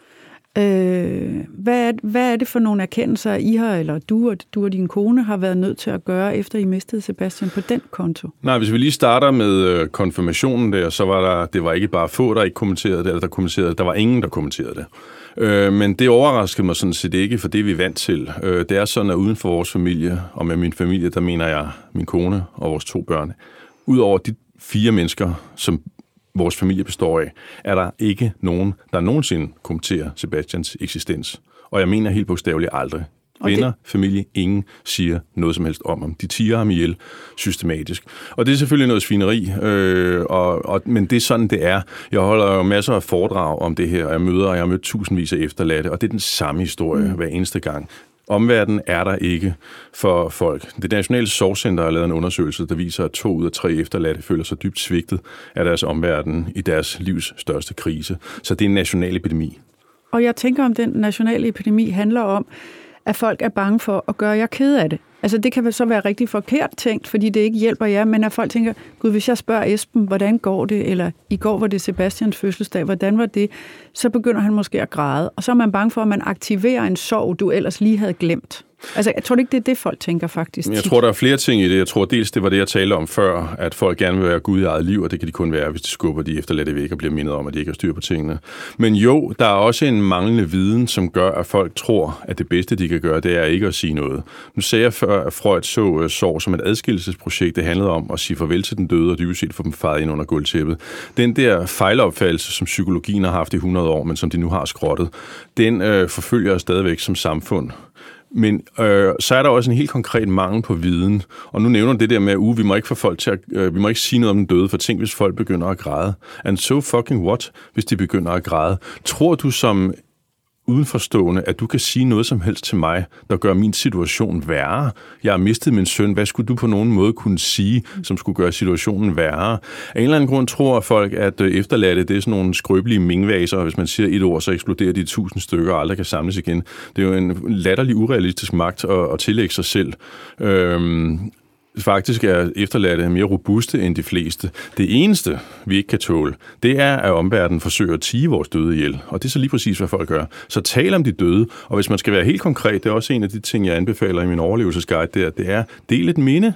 Øh, hvad, er, hvad er det for nogle erkendelser, I har, eller du og, du og din kone har været nødt til at gøre, efter I mistede Sebastian på den konto? Nej, hvis vi lige starter med konfirmationen der, så var der, det var ikke bare få, der ikke kommenterede det, eller der kommenterede, der var ingen, der kommenterede det. Øh, men det overraskede mig sådan set ikke, for det er vi vant til. Øh, det er sådan, at uden for vores familie, og med min familie, der mener jeg min kone og vores to børn, udover de fire mennesker, som vores familie består af, er der ikke nogen, der nogensinde kommenterer Sebastians eksistens. Og jeg mener helt bogstaveligt aldrig. Venner, det... familie, ingen siger noget som helst om ham. De tiger ham ihjel systematisk. Og det er selvfølgelig noget svineri, øh, og, og, men det er sådan, det er. Jeg holder jo masser af foredrag om det her, og jeg møder, og jeg har mødt tusindvis af efterladte, og det er den samme historie mm. hver eneste gang. Omverdenen er der ikke for folk. Det Nationale Sorgcenter har lavet en undersøgelse, der viser, at to ud af tre efterladte føler sig dybt svigtet af deres omverden i deres livs største krise. Så det er en national epidemi. Og jeg tænker, om den nationale epidemi handler om, at folk er bange for at gøre jer ked af det. Altså det kan så være rigtig forkert tænkt, fordi det ikke hjælper jer, men at folk tænker, gud, hvis jeg spørger Esben, hvordan går det, eller i går var det Sebastians fødselsdag, hvordan var det, så begynder han måske at græde, og så er man bange for, at man aktiverer en sorg, du ellers lige havde glemt. Altså, jeg tror ikke, det er det, folk tænker faktisk. Jeg tror, der er flere ting i det. Jeg tror dels, det var det, jeg talte om før, at folk gerne vil være Gud i eget liv, og det kan de kun være, hvis de skubber de efterladte væk og bliver mindet om, at de ikke har styr på tingene. Men jo, der er også en manglende viden, som gør, at folk tror, at det bedste, de kan gøre, det er ikke at sige noget. Nu sagde jeg før, at Freud så sorg som et adskillelsesprojekt. Det handlede om at sige farvel til den døde, og dybest set få dem fejet ind under gulvtæppet. Den der fejlopfattelse, som psykologien har haft i hundrede år, men som de nu har skrottet, den øh, forfølger stadigvæk som samfund. Men øh, så er der også en helt konkret mangel på viden. Og nu nævner det der med, at uh, vi må ikke få folk til at, øh, vi må ikke sige noget om den døde, for tænk, hvis folk begynder at græde. And so fucking what, hvis de begynder at græde? Tror du som udenforstående, at du kan sige noget som helst til mig, der gør min situation værre. Jeg har mistet min søn. Hvad skulle du på nogen måde kunne sige, som skulle gøre situationen værre? Af en eller anden grund tror folk, at efterladte, det er sådan nogle skrøbelige mingvaser, og hvis man siger et ord, så eksploderer de i tusind stykker og aldrig kan samles igen. Det er jo en latterlig urealistisk magt at, at tillægge sig selv. Øhm, Faktisk er efterladte mere robuste end de fleste. Det eneste, vi ikke kan tåle, det er, at omverdenen forsøger at tie vores døde ihjel. Og det er så lige præcis, hvad folk gør. Så tal om de døde, og hvis man skal være helt konkret, det er også en af de ting, jeg anbefaler i min overlevelsesguide, det er, det er del et minde.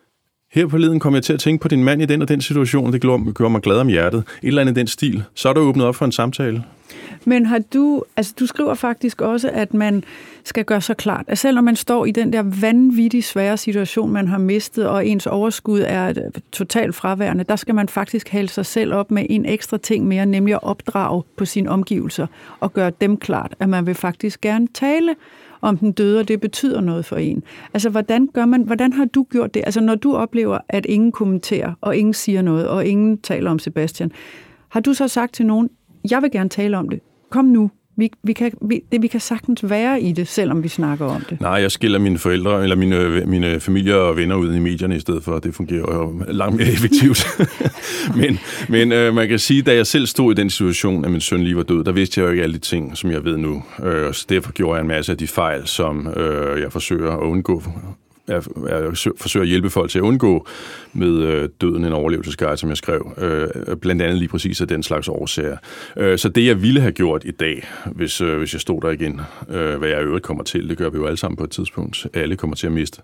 Her forleden kom jeg til at tænke på din mand i den og den situation, og det gjorde mig glad om hjertet. Et eller andet i den stil. Så er der åbnet op for en samtale. Men har du, altså du skriver faktisk også, at man skal gøre så klart, at selvom man står i den der vanvittigt svære situation, man har mistet, og ens overskud er totalt fraværende, der skal man faktisk hælde sig selv op med en ekstra ting mere, nemlig at opdrage på sine omgivelser og gøre dem klart, at man vil faktisk gerne tale om den døde, og det betyder noget for en. Altså, hvordan gør man, hvordan har du gjort det? Altså, når du oplever, at ingen kommenterer, og ingen siger noget, og ingen taler om Sebastian, har du så sagt til nogen, jeg vil gerne tale om det. Kom nu. Vi, vi, kan, vi, det, vi kan sagtens være i det, selvom vi snakker om det. Nej, jeg skiller mine forældre, eller mine, mine familier og venner ud i medierne i stedet for. Det fungerer jo langt mere effektivt. men men øh, man kan sige, da jeg selv stod i den situation, at min søn lige var død, der vidste jeg jo ikke alle de ting, som jeg ved nu. Øh, så derfor gjorde jeg en masse af de fejl, som øh, jeg forsøger at undgå. Jeg, jeg forsøger at hjælpe folk til at undgå med øh, døden, en overlevelsesguide, som jeg skrev, øh, blandt andet lige præcis af den slags årsager. Øh, så det, jeg ville have gjort i dag, hvis, øh, hvis jeg stod der igen, øh, hvad jeg i øvrigt kommer til, det gør vi jo alle sammen på et tidspunkt, alle kommer til at miste,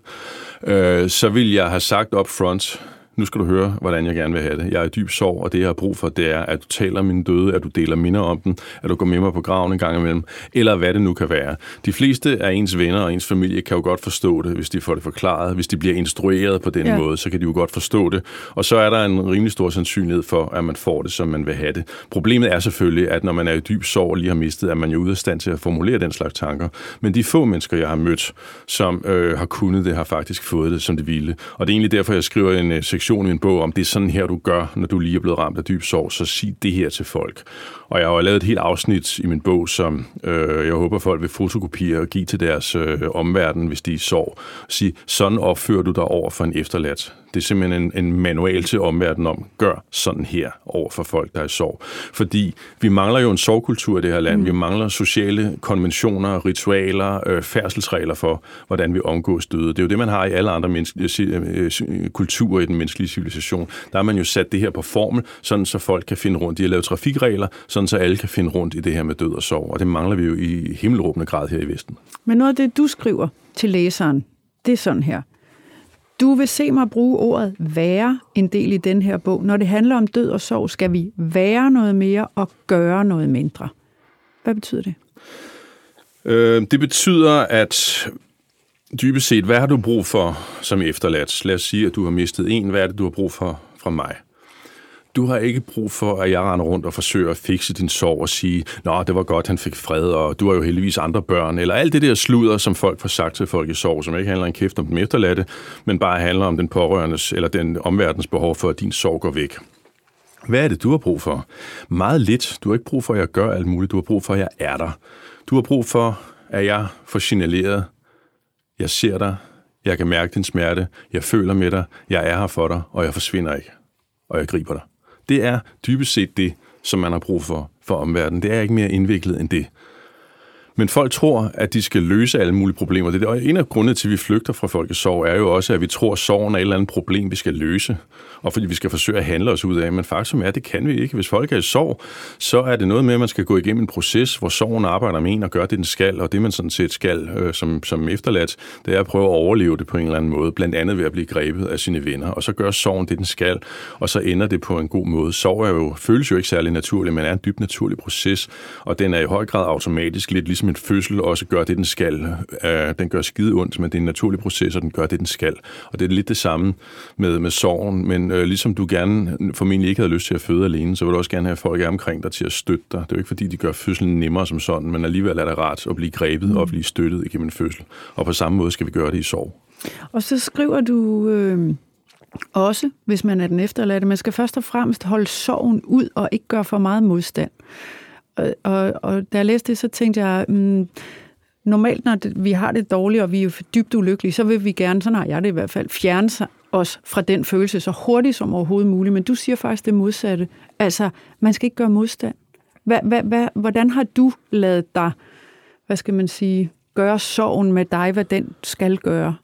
øh, så ville jeg have sagt up front, nu skal du høre, hvordan jeg gerne vil have det. Jeg er i dyb sorg, og det, jeg har brug for, det er, at du taler om mine døde, at du deler minder om dem, at du går med mig på graven en gang imellem, eller hvad det nu kan være. De fleste af ens venner og ens familie kan jo godt forstå det, hvis de får det forklaret. Hvis de bliver instrueret på den ja. måde, så kan de jo godt forstå det. Og så er der en rimelig stor sandsynlighed for, at man får det, som man vil have det. Problemet er selvfølgelig, at når man er i dyb sorg og lige har mistet, at man jo ude af stand til at formulere den slags tanker. Men de få mennesker, jeg har mødt, som øh, har kunnet det, har faktisk fået det, som det ville. Og det er egentlig derfor, jeg skriver en øh, sektion i en bog om, det er sådan her, du gør, når du lige er blevet ramt af dyb sorg, så sig det her til folk. Og jeg har lavet et helt afsnit i min bog, som øh, jeg håber, folk vil fotokopiere og give til deres øh, omverden, hvis de er i sorg. Sige, sådan opfører du dig over for en efterladt. Det er simpelthen en, en manual til omverdenen om, gør sådan her over for folk, der er i sorg. Fordi vi mangler jo en sorgkultur i det her land. Mm. Vi mangler sociale konventioner, ritualer, øh, færdselsregler for, hvordan vi omgås døde. Det er jo det, man har i alle andre menneskelige kulturer i den menneskelige civilisation. Der har man jo sat det her på formel, sådan så folk kan finde rundt. De har lavet trafikregler, sådan så alle kan finde rundt i det her med død og sorg. Og det mangler vi jo i himmelråbende grad her i Vesten. Men noget af det, du skriver til læseren, det er sådan her. Du vil se mig bruge ordet være en del i den her bog. Når det handler om død og sorg, skal vi være noget mere og gøre noget mindre. Hvad betyder det? Øh, det betyder, at dybest set, hvad har du brug for som efterladt? Lad os sige, at du har mistet en. Hvad er det, du har brug for fra mig? Du har ikke brug for, at jeg render rundt og forsøger at fikse din sorg og sige, nå, det var godt, han fik fred, og du har jo heldigvis andre børn, eller alt det der sludder, som folk får sagt til folk i sorg, som ikke handler en kæft om den efterladte, men bare handler om den pårørendes eller den omverdens behov for, at din sorg går væk. Hvad er det, du har brug for? Meget lidt. Du har ikke brug for, at jeg gør alt muligt. Du har brug for, at jeg er der. Du har brug for, at jeg får signaleret, jeg ser dig, jeg kan mærke din smerte, jeg føler med dig, jeg er her for dig, og jeg forsvinder ikke, og jeg griber dig. Det er dybest set det, som man har brug for for omverdenen. Det er ikke mere indviklet end det. Men folk tror, at de skal løse alle mulige problemer. Det er en af grundene til, at vi flygter fra folkets sorg, er jo også, at vi tror, at sorgen er et eller andet problem, vi skal løse. Og fordi vi skal forsøge at handle os ud af. Men faktum er, at det kan vi ikke. Hvis folk er i sorg, så er det noget med, at man skal gå igennem en proces, hvor sorgen arbejder med en og gør det, den skal. Og det, man sådan set skal øh, som, som efterladt, det er at prøve at overleve det på en eller anden måde. Blandt andet ved at blive grebet af sine venner. Og så gør sorgen det, den skal. Og så ender det på en god måde. Sorg er jo, føles jo ikke særlig naturligt, men er en dybt naturlig proces. Og den er i høj grad automatisk, lidt ligesom en fødsel også gør det, den skal. Den gør skide ondt, men det er en naturlig proces, og den gør det, den skal. Og det er lidt det samme med, med sorgen, men øh, ligesom du gerne formentlig ikke havde lyst til at føde alene, så vil du også gerne have folk omkring dig til at støtte dig. Det er jo ikke, fordi de gør fødslen nemmere som sådan, men alligevel er det rart at blive grebet mm. og blive støttet igennem en fødsel. Og på samme måde skal vi gøre det i sorg. Og så skriver du øh, også, hvis man er den efterladte, man skal først og fremmest holde sorgen ud og ikke gøre for meget modstand. Og, og, og da jeg læste det, så tænkte jeg, mm, normalt når det, vi har det dårligt, og vi er dybt ulykkelige, så vil vi gerne, sådan har jeg det i hvert fald, fjerne os fra den følelse så hurtigt som overhovedet muligt. Men du siger faktisk det modsatte. Altså, man skal ikke gøre modstand. Hva, hva, hva, hvordan har du ladet dig, hvad skal man sige, gøre sorgen med dig, hvad den skal gøre?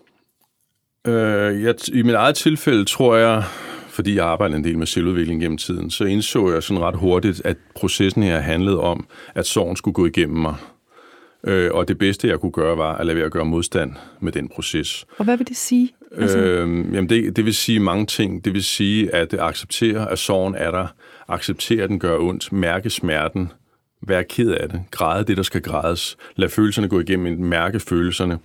Øh, jeg, I mit eget tilfælde tror jeg, fordi jeg arbejder en del med selvudvikling gennem tiden, så indså jeg sådan ret hurtigt, at processen her handlede om, at sorgen skulle gå igennem mig. Øh, og det bedste, jeg kunne gøre, var at lade være at gøre modstand med den proces. Og hvad vil det sige? Altså... Øh, jamen det, det vil sige mange ting. Det vil sige at acceptere, at sorgen er der. Acceptere, at den gør ondt. Mærke smerten. Være ked af det. Græde det, der skal grædes. Lad følelserne gå igennem. Mærke følelserne.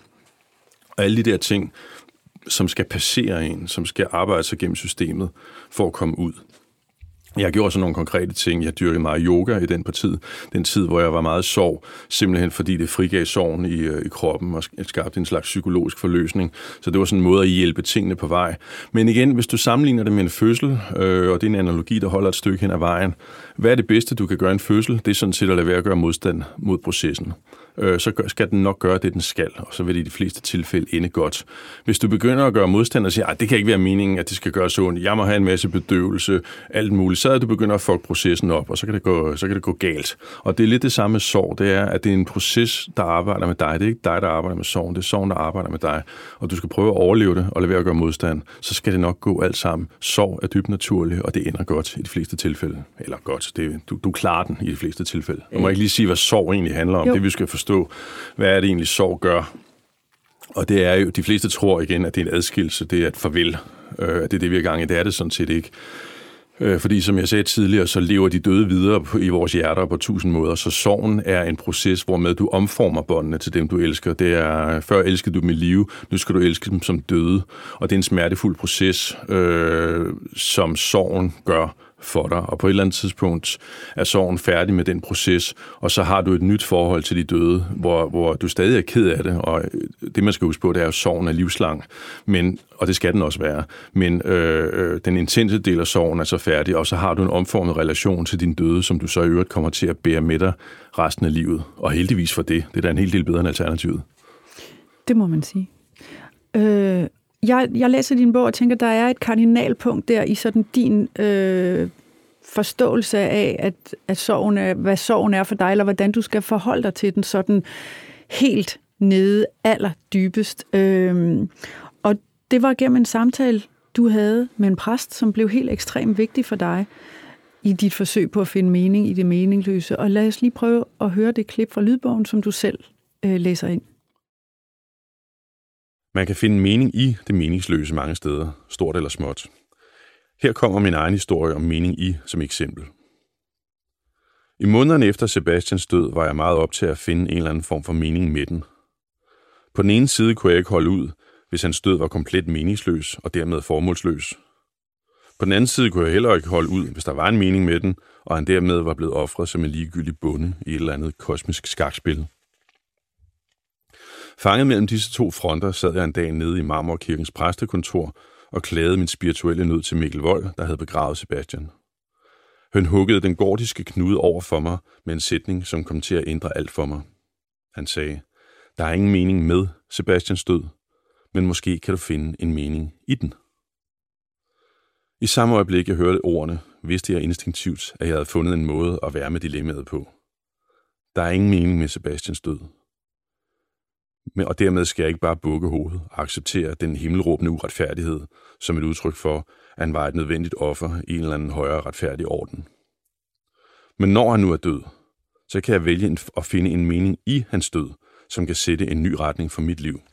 Og alle de der ting, som skal passere en, som skal arbejde sig gennem systemet for at komme ud. Jeg har gjort sådan nogle konkrete ting. Jeg har dyrket meget yoga i den tid, den tid, hvor jeg var meget sorg, simpelthen fordi det frigav sorgen i, i kroppen og skabte en slags psykologisk forløsning. Så det var sådan en måde at hjælpe tingene på vej. Men igen, hvis du sammenligner det med en fødsel, øh, og det er en analogi, der holder et stykke hen ad vejen, hvad er det bedste, du kan gøre en fødsel? Det er sådan set at lade være at gøre modstand mod processen. Så skal den nok gøre det, den skal, og så vil det i de fleste tilfælde ende godt. Hvis du begynder at gøre modstand og siger, at det kan ikke være meningen, at det skal gøre så ondt, jeg må have en masse bedøvelse, alt muligt, så er du begynder at fuck processen op, og så kan, det gå, så kan det gå galt. Og det er lidt det samme med sorg, det er, at det er en proces, der arbejder med dig. Det er ikke dig, der arbejder med sorgen, det er sorgen, der arbejder med dig. Og du skal prøve at overleve det, og lade være at gøre modstand, så skal det nok gå alt sammen. Sorg er dybt naturligt, og det ender godt i de fleste tilfælde. Eller godt, det, du, du klarer den i de fleste tilfælde. Jeg må ikke lige sige, hvad sorg egentlig handler om, jo. Det vi skal forstå. Hvad er det egentlig, sorg gør? Og det er jo, de fleste tror igen, at det er en adskillelse, det er et farvel. Øh, det er det, vi er i gang i. Det er det sådan set ikke. Øh, fordi som jeg sagde tidligere, så lever de døde videre på, i vores hjerter på tusind måder. Så sorgen er en proces, hvor med du omformer båndene til dem, du elsker. Det er, før elskede du dem i live, nu skal du elske dem som døde. Og det er en smertefuld proces, øh, som sorgen gør for dig, og på et eller andet tidspunkt er sorgen færdig med den proces, og så har du et nyt forhold til de døde, hvor, hvor du stadig er ked af det, og det man skal huske på, det er jo, at sorgen er livslang, men, og det skal den også være, men øh, den intense del af sorgen er så færdig, og så har du en omformet relation til din døde, som du så i øvrigt kommer til at bære med dig resten af livet, og heldigvis for det, det er da en hel del bedre end alternativet. Det må man sige. Øh... Jeg, jeg læser din bog og tænker, der er et kardinalpunkt der i sådan din øh, forståelse af, at, at sorgen er, hvad sorgen er for dig, eller hvordan du skal forholde dig til den sådan helt nede, allerdybest. Øh, og det var gennem en samtale, du havde med en præst, som blev helt ekstremt vigtig for dig i dit forsøg på at finde mening i det meningsløse. Og lad os lige prøve at høre det klip fra lydbogen, som du selv øh, læser ind. Man kan finde mening i det meningsløse mange steder, stort eller småt. Her kommer min egen historie om mening i som eksempel. I månederne efter Sebastians død var jeg meget optaget at finde en eller anden form for mening med den. På den ene side kunne jeg ikke holde ud, hvis hans død var komplet meningsløs og dermed formålsløs. På den anden side kunne jeg heller ikke holde ud, hvis der var en mening med den, og han dermed var blevet ofret som en ligegyldig bonde i et eller andet kosmisk skakspil. Fanget mellem disse to fronter sad jeg en dag nede i Marmorkirkens præstekontor og klagede min spirituelle nød til Mikkel Wold, der havde begravet Sebastian. Han huggede den gordiske knude over for mig med en sætning, som kom til at ændre alt for mig. Han sagde, der er ingen mening med Sebastians død, men måske kan du finde en mening i den. I samme øjeblik, jeg hørte ordene, vidste jeg instinktivt, at jeg havde fundet en måde at være med dilemmaet på. Der er ingen mening med Sebastians død. Men, og dermed skal jeg ikke bare bukke hovedet og acceptere den himmelråbende uretfærdighed som et udtryk for, at han var et nødvendigt offer i en eller anden højere retfærdig orden. Men når han nu er død, så kan jeg vælge at finde en mening i hans død, som kan sætte en ny retning for mit liv.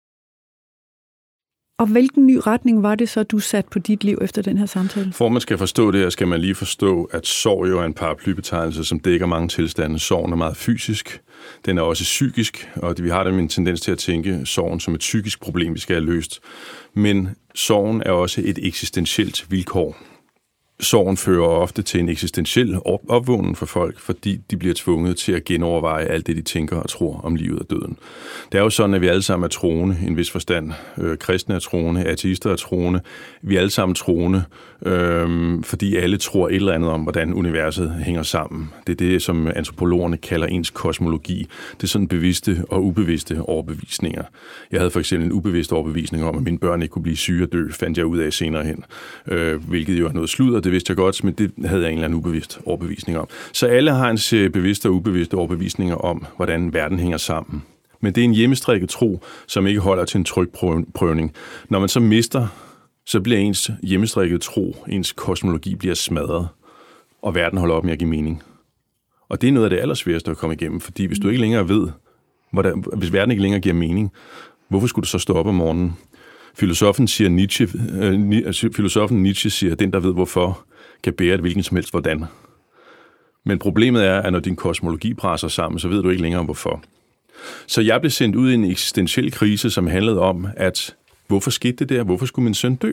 Og hvilken ny retning var det så, du satte på dit liv efter den her samtale? For man skal forstå det her, skal man lige forstå, at sorg jo er en paraplybetegnelse, som dækker mange tilstande. Sorgen er meget fysisk, den er også psykisk, og vi har den en tendens til at tænke sorgen som et psykisk problem, vi skal have løst. Men sorgen er også et eksistentielt vilkår. sorgen fører ofte til en eksistentiel opvågning for folk, fordi de bliver tvunget til at genoverveje alt det, de tænker og tror om livet og døden. Det er jo sådan, at vi alle sammen er troende i en vis forstand. Øh, kristne er troende, ateister er troende. Vi er alle sammen troende, øh, fordi alle tror et eller andet om, hvordan universet hænger sammen. Det er det, som antropologerne kalder ens kosmologi. Det er sådan bevidste og ubevidste overbevisninger. Jeg havde for eksempel en ubevidst overbevisning om, at mine børn ikke kunne blive syge og dø, fandt jeg ud af senere hen. Øh, hvilket jo er noget sludder, det vidste jeg godt, men det havde jeg en eller anden ubevidst overbevisning om. Så alle har en bevidste og ubevidste overbevisninger om, hvordan verden hænger sammen. Men det er en hjemmestrikket tro, som ikke holder til en trykprøvning. Når man så mister, så bliver ens hjemmestrikket tro, ens kosmologi bliver smadret, og verden holder op med at give mening. Og det er noget af det allersværeste at komme igennem, fordi hvis du ikke længere ved, hvordan, hvis verden ikke længere giver mening, hvorfor skulle du så stå op om morgenen? Filosofen siger Nietzsche, øh, filosofen Nietzsche siger, at den, der ved hvorfor, kan bære et hvilken som helst hvordan. Men problemet er, at når din kosmologi presser sammen, så ved du ikke længere hvorfor. Så jeg blev sendt ud i en eksistentiel krise, som handlede om, at hvorfor skete det der? Hvorfor skulle min søn dø?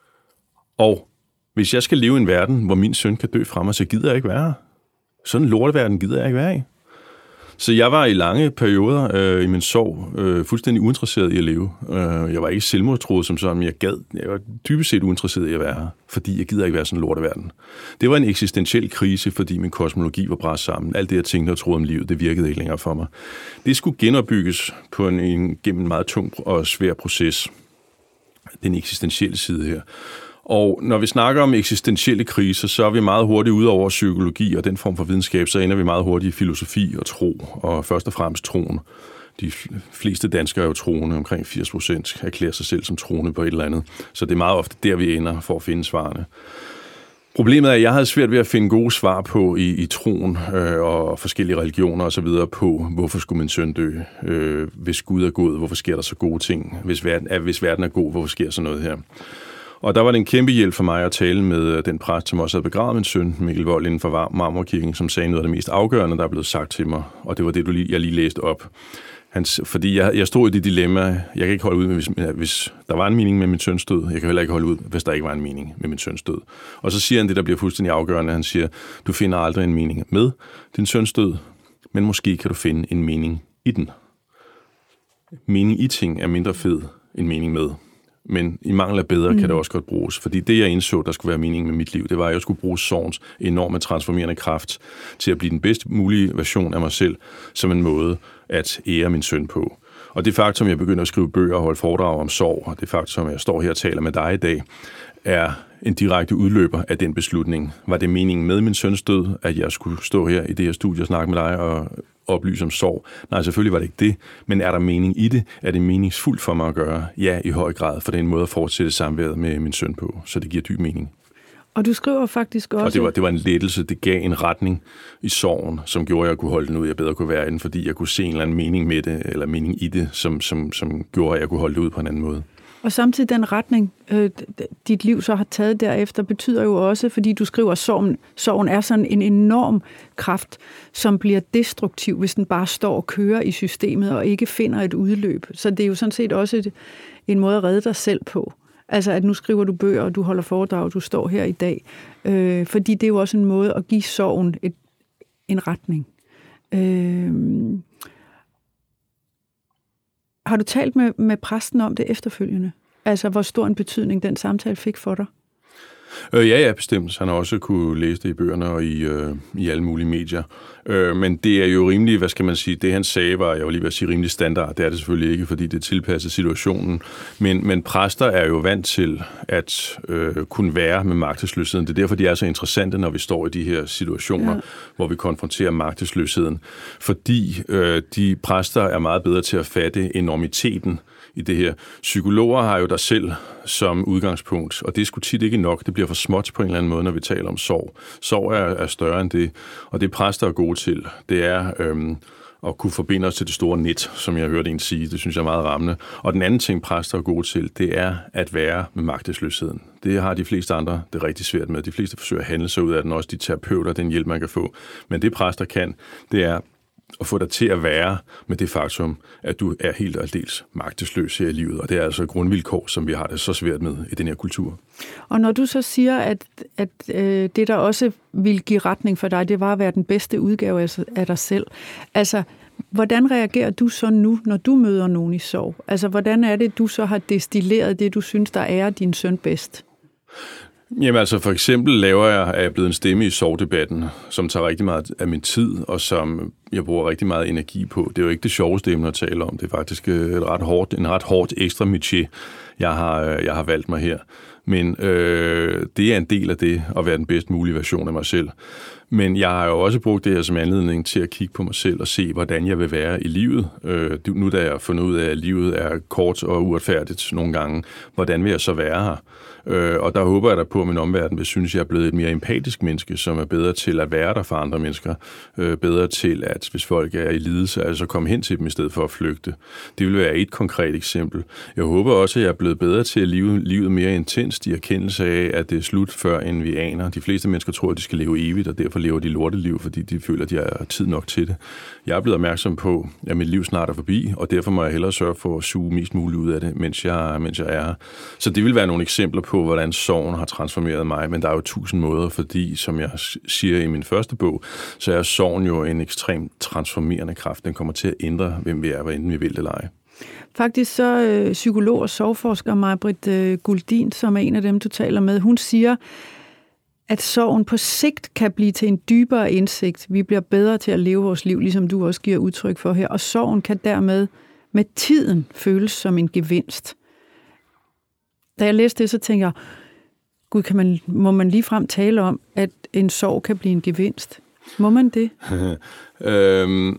Og hvis jeg skal leve i en verden, hvor min søn kan dø fra mig, så gider jeg ikke være her. Sådan en lorteverden gider jeg ikke være i. Så jeg var i lange perioder øh, i min sorg øh, fuldstændig uinteresseret i at leve. Øh, jeg var ikke selvmordstruet som sådan, men jeg gad. Jeg var dybest set uinteresseret i at være her, fordi jeg gider ikke være sådan en lorteverden. Det var en eksistentiel krise, fordi min kosmologi var bræst sammen. Alt det, jeg tænkte og troede om livet, det virkede ikke længere for mig. Det skulle genopbygges på en, en, gennem en meget tung og svær proces. Den eksistentielle side her. Og når vi snakker om eksistentielle kriser, så er vi meget hurtigt ude over psykologi og den form for videnskab, så ender vi meget hurtigt i filosofi og tro, og først og fremmest troen. De fleste danskere er jo troende, omkring firs procent erklærer sig selv som troende på et eller andet. Så det er meget ofte der, vi ender for at finde svarene. Problemet er, at jeg havde svært ved at finde gode svar på i, i troen øh, og forskellige religioner osv. på, hvorfor skulle min søn dø? Øh, hvis Gud er god, hvorfor sker der så gode ting? Hvis verden, er, hvis verden er god, hvorfor sker så noget her? Og der var det en kæmpe hjælp for mig at tale med den præst, som også havde begravet min søn, Mikkel Wold, inden for Marmorkirken, som sagde noget af det mest afgørende, der er blevet sagt til mig. Og det var det, du lige, jeg lige læste op. Hans, fordi jeg, jeg stod i det dilemma, jeg kan ikke holde ud, med, hvis, hvis der var en mening med min søns død. Jeg kan heller ikke holde ud, hvis der ikke var en mening med min søns død. Og så siger han det, der bliver fuldstændig afgørende. Han siger, du finder aldrig en mening med din søns død, men måske kan du finde en mening i den. Mening i ting er mindre fed end mening med. Men i mangel af bedre mm. kan det også godt bruges. Fordi det, jeg indså, der skulle være mening med mit liv, det var, at jeg skulle bruge sorgens enorme transformerende kraft til at blive den bedst mulige version af mig selv, som en måde at ære min søn på. Og det faktum, jeg begynder at skrive bøger og holde foredrag om sorg, og det faktum, jeg står her og taler med dig i dag, er en direkte udløber af den beslutning. Var det meningen med min søns død, at jeg skulle stå her i det her studie og snakke med dig og oplyse om sorg? Nej, selvfølgelig var det ikke det. Men er der mening i det? Er det meningsfuldt for mig at gøre? Ja, i høj grad, for det er en måde at fortsætte samværet med min søn på, så det giver dyb mening. Og du skriver faktisk også... Og det var, det var en lettelse, det gav en retning i sorgen, som gjorde, at jeg kunne holde den ud, jeg bedre kunne være i den, fordi jeg kunne se en eller anden mening med det, eller mening i det, som, som, som gjorde, at jeg kunne holde det ud på en anden måde. Og samtidig den retning, øh, dit liv så har taget derefter, betyder jo også, fordi du skriver, at sorgen, sorgen er sådan en enorm kraft, som bliver destruktiv, hvis den bare står og kører i systemet og ikke finder et udløb. Så det er jo sådan set også et, en måde at redde dig selv på. Altså, at nu skriver du bøger, og du holder foredrag, du står her i dag. Øh, fordi det er jo også en måde at give sorgen et, en retning. Øh, har du talt med, med præsten om det efterfølgende? Altså, hvor stor en betydning den samtale fik for dig? Øh, ja, ja, bestemt. Han har også kunne læse det i bøgerne og i, øh, i alle mulige medier. Øh, men det er jo rimelig, hvad skal man sige, det han sagde var, jeg vil lige vil sige, rimelig standard. Det er det selvfølgelig ikke, fordi det er tilpasset situationen. Men, men præster er jo vant til at øh, kunne være med magtesløsheden. Det er derfor, de er så interessante, når vi står i de her situationer, ja. Hvor vi konfronterer magtesløsheden. Fordi øh, de præster er meget bedre til at fatte enormiteten i det her. Psykologer har jo der selv som udgangspunkt, og det er sgu tit ikke nok. Det bliver for småt på en eller anden måde, når vi taler om sorg. Sorg er, er større end det, og det præster er gode til. Det er øhm, at kunne forbinde os til det store net, som jeg hørte en sige. Det synes jeg er meget rammende. Og den anden ting, præster er gode til, det er at være med magtesløsheden. Det har de fleste andre det er rigtig svært med. De fleste forsøger at handle sig ud af den, også de terapeuter, den hjælp, man kan få. Men det præster kan, det er og få dig til at være med det faktum, at du er helt og aldeles magtesløs her i livet, og det er altså et grundvilkår, som vi har det så svært med i den her kultur. Og når du så siger, at, at øh, det, der også vil give retning for dig, det var at være den bedste udgave af, af dig selv, altså, hvordan reagerer du så nu, når du møder nogen i sorg? Altså, hvordan er det, du så har destilleret det, du synes, der er din søn bedst? Jamen altså, for eksempel laver jeg, er jeg blevet en stemme i sorgdebatten, som tager rigtig meget af min tid, og som jeg bruger rigtig meget energi på. Det er jo ikke det sjoveste emne at tale om. Det er faktisk et ret hårdt, en ret hårdt ekstra métier, jeg har, jeg har valgt mig her. Men øh, det er en del af det, at være den bedst mulige version af mig selv. Men jeg har jo også brugt det her som anledning til at kigge på mig selv og se, hvordan jeg vil være i livet. Øh, nu da jeg har fundet ud af, at livet er kort og uretfærdigt nogle gange, hvordan vil jeg så være her? Øh, og der håber jeg da på, at min omverden vil synes, at jeg er blevet et mere empatisk menneske, som er bedre til at være der for andre mennesker. Øh, bedre til, at hvis folk er i lidelse, altså komme hen til dem i stedet for at flygte. Det vil være et konkret eksempel. Jeg håber også, at jeg er blevet bedre til at leve livet mere intenst i erkendelse af, at det er slut før, end vi aner. De fleste mennesker tror, at de skal leve evigt, og derfor lever de lorteliv, fordi de føler, at de har tid nok til det. Jeg er blevet opmærksom på, at mit liv snart er forbi, og derfor må jeg hellere sørge for at suge mest muligt ud af det, mens jeg, mens jeg er her. Så det vil være nogle eksempler på, hvordan sorgen har transformeret mig, men der er jo tusind måder, fordi, som jeg siger i min første bog, så er sorgen jo en ekstremt transformerende kraft. Den kommer til at ændre, hvem vi er, hvad enten vi vil det eller ej. Faktisk så øh, psykolog og sorgforsker Maj-Britt øh, Guldin, som er en af dem, du taler med, hun siger, at sorgen på sigt kan blive til en dybere indsigt. Vi bliver bedre til at leve vores liv, ligesom du også giver udtryk for her, og sorgen kan dermed med tiden føles som en gevinst. Da jeg læste det, så tænker jeg, gud, kan man, må man ligefrem tale om, at en sorg kan blive en gevinst? Må man det? øhm,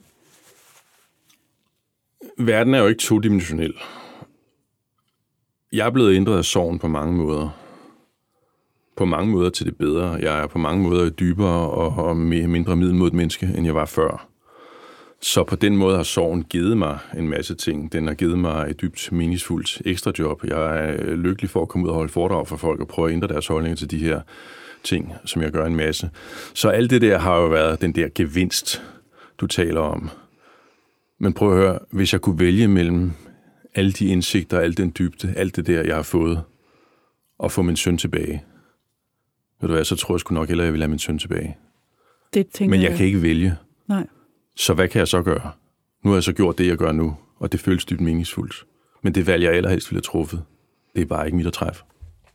verden er jo ikke todimensionel. Jeg er blevet ændret af sorgen på mange måder. På mange måder til det bedre. Jeg er på mange måder dybere og, og mindre middelmodigt menneske, end jeg var før. Så på den måde har sorgen givet mig en masse ting. Den har givet mig et dybt meningsfuldt ekstra job. Jeg er lykkelig for at komme ud og holde foredrag for folk og prøve at ændre deres holdninger til de her ting, som jeg gør en masse. Så alt det der har jo været den der gevinst, du taler om. Men prøv at høre, hvis jeg kunne vælge mellem alle de indsigter, al den dybde, alt det der, jeg har fået, og få min søn tilbage, ved du hvad, så tror jeg sgu nok hellere, jeg vil have min søn tilbage. Det tænker Men jeg, jeg kan ikke vælge. Nej. Så hvad kan jeg så gøre? Nu har jeg så gjort det, jeg gør nu, og det føles dybt meningsfuldt. Men det valg, jeg allerhelst ville have truffet, det er bare ikke mit at træffe.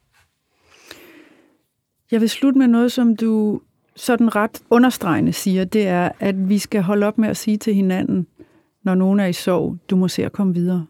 Jeg vil slutte med noget, som du sådan ret understregende siger, det er, at vi skal holde op med at sige til hinanden, når nogen er i sorg, du må se at komme videre.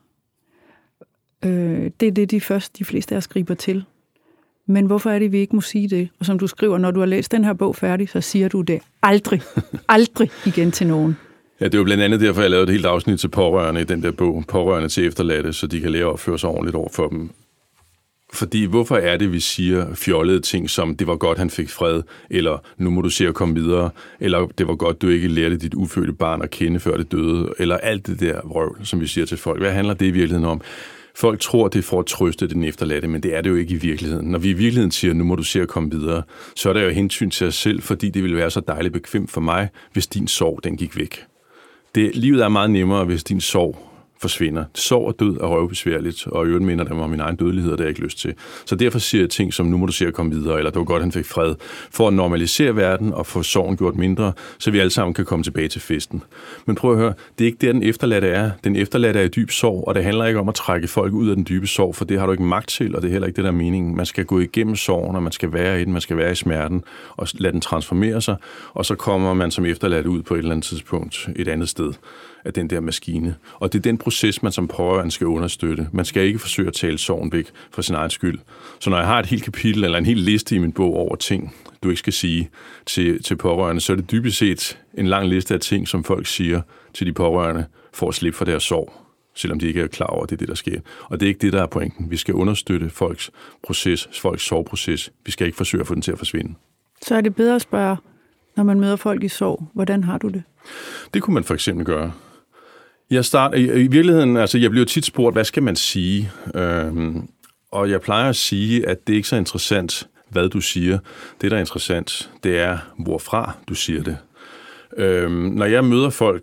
Øh, det er det, de først, de fleste af os griber til. Men hvorfor er det, vi ikke må sige det? Og som du skriver, når du har læst den her bog færdig, så siger du det aldrig, aldrig igen til nogen. Ja, det er jo blandt andet derfor, jeg lavede et helt afsnit til pårørende i den der bog, pårørende til efterladte, så de kan lære at opføre sig ordentligt over for dem. Fordi hvorfor er det, vi siger fjollede ting som, det var godt, han fik fred, eller nu må du se at komme videre, eller det var godt, du ikke lærte dit ufødte barn at kende, før det døde, eller alt det der vrøvl, som vi siger til folk. Hvad handler det i virkeligheden om? Folk tror, det er for at trøste den efterladte, men det er det jo ikke i virkeligheden. Når vi i virkeligheden siger, nu må du se at komme videre, så er der jo hensyn til os selv, fordi det ville være så dejligt bekvemt for mig, hvis din sorg, den gik væk. Det, livet er meget nemmere, hvis din sorg forsvinder. Sorg og død er røvbesværligt, og i øvrigt minder dem om min egen dødelighed, og det har jeg ikke lyst til. Så derfor siger jeg ting som, nu må du se at komme videre, eller det var godt, han fik fred. For at normalisere verden og få sorgen gjort mindre, så vi alle sammen kan komme tilbage til festen. Men prøv at høre, det er ikke der, den efterladte er. Den efterladte er i dyb sorg, og det handler ikke om at trække folk ud af den dybe sorg, for det har du ikke magt til, og det er heller ikke det, der er meningen. Man skal gå igennem sorgen, og man skal være i den, man skal være i smerten, og lade den transformere sig, og så kommer man som efterladt ud på et eller andet tidspunkt et andet sted af den der maskine. Og det er den proces, man som pårørende skal understøtte. Man skal ikke forsøge at tale sorgen væk for sin egen skyld. Så når jeg har et helt kapitel eller en hel liste i min bog over ting, du ikke skal sige til, til pårørende, så er det dybest set en lang liste af ting, som folk siger til de pårørende for at slippe for deres sorg, selvom de ikke er klar over, at det er det, der sker. Og det er ikke det, der er pointen. Vi skal understøtte folks proces, folks sorgproces. Vi skal ikke forsøge at få den til at forsvinde. Så er det bedre at spørge, når man møder folk i sorg, hvordan har du det? Det kunne man for eksempel gøre. Jeg start, i, I virkeligheden, altså jeg bliver tit spurgt, hvad skal man sige? Øhm, og jeg plejer at sige, at det er ikke så interessant, hvad du siger. Det, der er interessant, det er, hvorfra du siger det. Øhm, når jeg møder folk,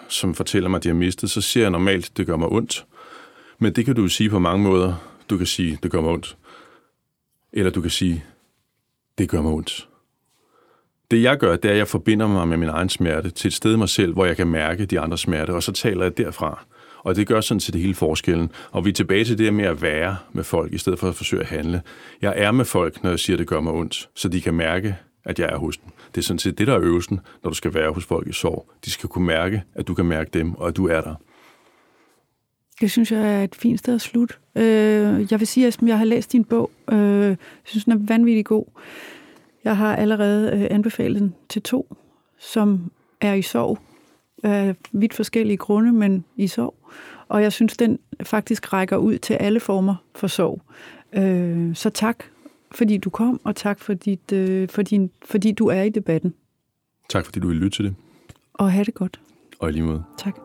som fortæller mig, at de har mistet, så siger jeg normalt, at det gør mig ondt. Men det kan du sige på mange måder. Du kan sige, det gør mig ondt. Eller du kan sige, det gør mig ondt. Det jeg gør, det er, at jeg forbinder mig med min egen smerte til et sted i mig selv, hvor jeg kan mærke de andres smerte, og så taler jeg derfra. Og det gør sådan set det hele forskellen. Og vi er tilbage til det med at være med folk, i stedet for at forsøge at handle. Jeg er med folk, når jeg siger, at det gør mig ondt, så de kan mærke, at jeg er hos dem. Det er sådan set det, der er øvelsen, når du skal være hos folk i sorg. De skal kunne mærke, at du kan mærke dem, og at du er der. Det synes jeg er et fint sted at slutte. Jeg vil sige, at jeg har læst din bog. Jeg synes, den er vanvittig god. Jeg har allerede anbefalet den til to, som er i sorg. Af vidt forskellige grunde, men i sorg. Og jeg synes, den faktisk rækker ud til alle former for sorg. Så tak, fordi du kom, og tak, for dit, for din, fordi du er i debatten. Tak, fordi du vil lytte til det. Og have det godt. Og i lige måde. Tak.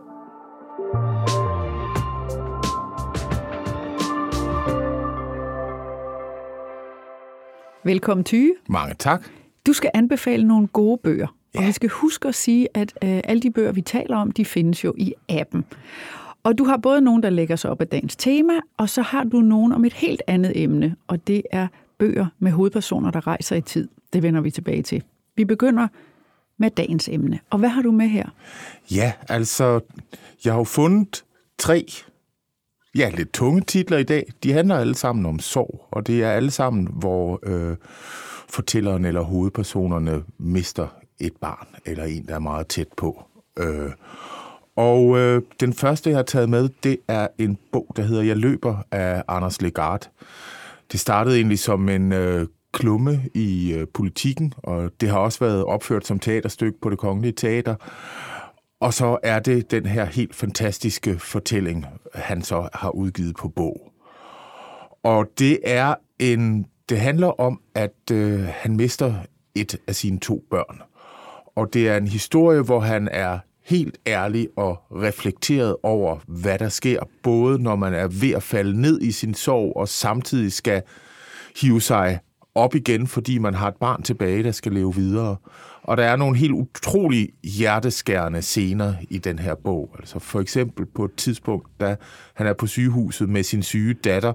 Velkommen, Tyge. Mange tak. Du skal anbefale nogle gode bøger. Ja. Og vi skal huske at sige, at øh, alle de bøger, vi taler om, de findes jo i appen. Og du har både nogen, der lægger sig op af dagens tema, og så har du nogen om et helt andet emne, og det er bøger med hovedpersoner, der rejser i tid. Det vender vi tilbage til. Vi begynder med dagens emne. Og hvad har du med her? Ja, altså, jeg har jo fundet tre ja, lidt tunge titler i dag. De handler alle sammen om sorg, og det er alle sammen, hvor øh, fortælleren eller hovedpersonerne mister et barn, eller en, der er meget tæt på. Øh, og øh, den første, jeg har taget med, det er en bog, der hedder Jeg løber af Anders Legarth. Det startede egentlig som en øh, klumme i øh, Politikken, og det har også været opført som teaterstykke på Det Kongelige Teater. Og så er det den her helt fantastiske fortælling, han så har udgivet på bog. Og det er en, det handler om, at øh, han mister et af sine to børn. Og det er en historie, hvor han er helt ærlig og reflekteret over, hvad der sker, både når man er ved at falde ned i sin sorg, og samtidig skal hive sig op igen, fordi man har et barn tilbage, der skal leve videre. Og der er nogle helt utrolig hjerteskærende scener i den her bog. Altså for eksempel på et tidspunkt, da han er på sygehuset med sin syge datter,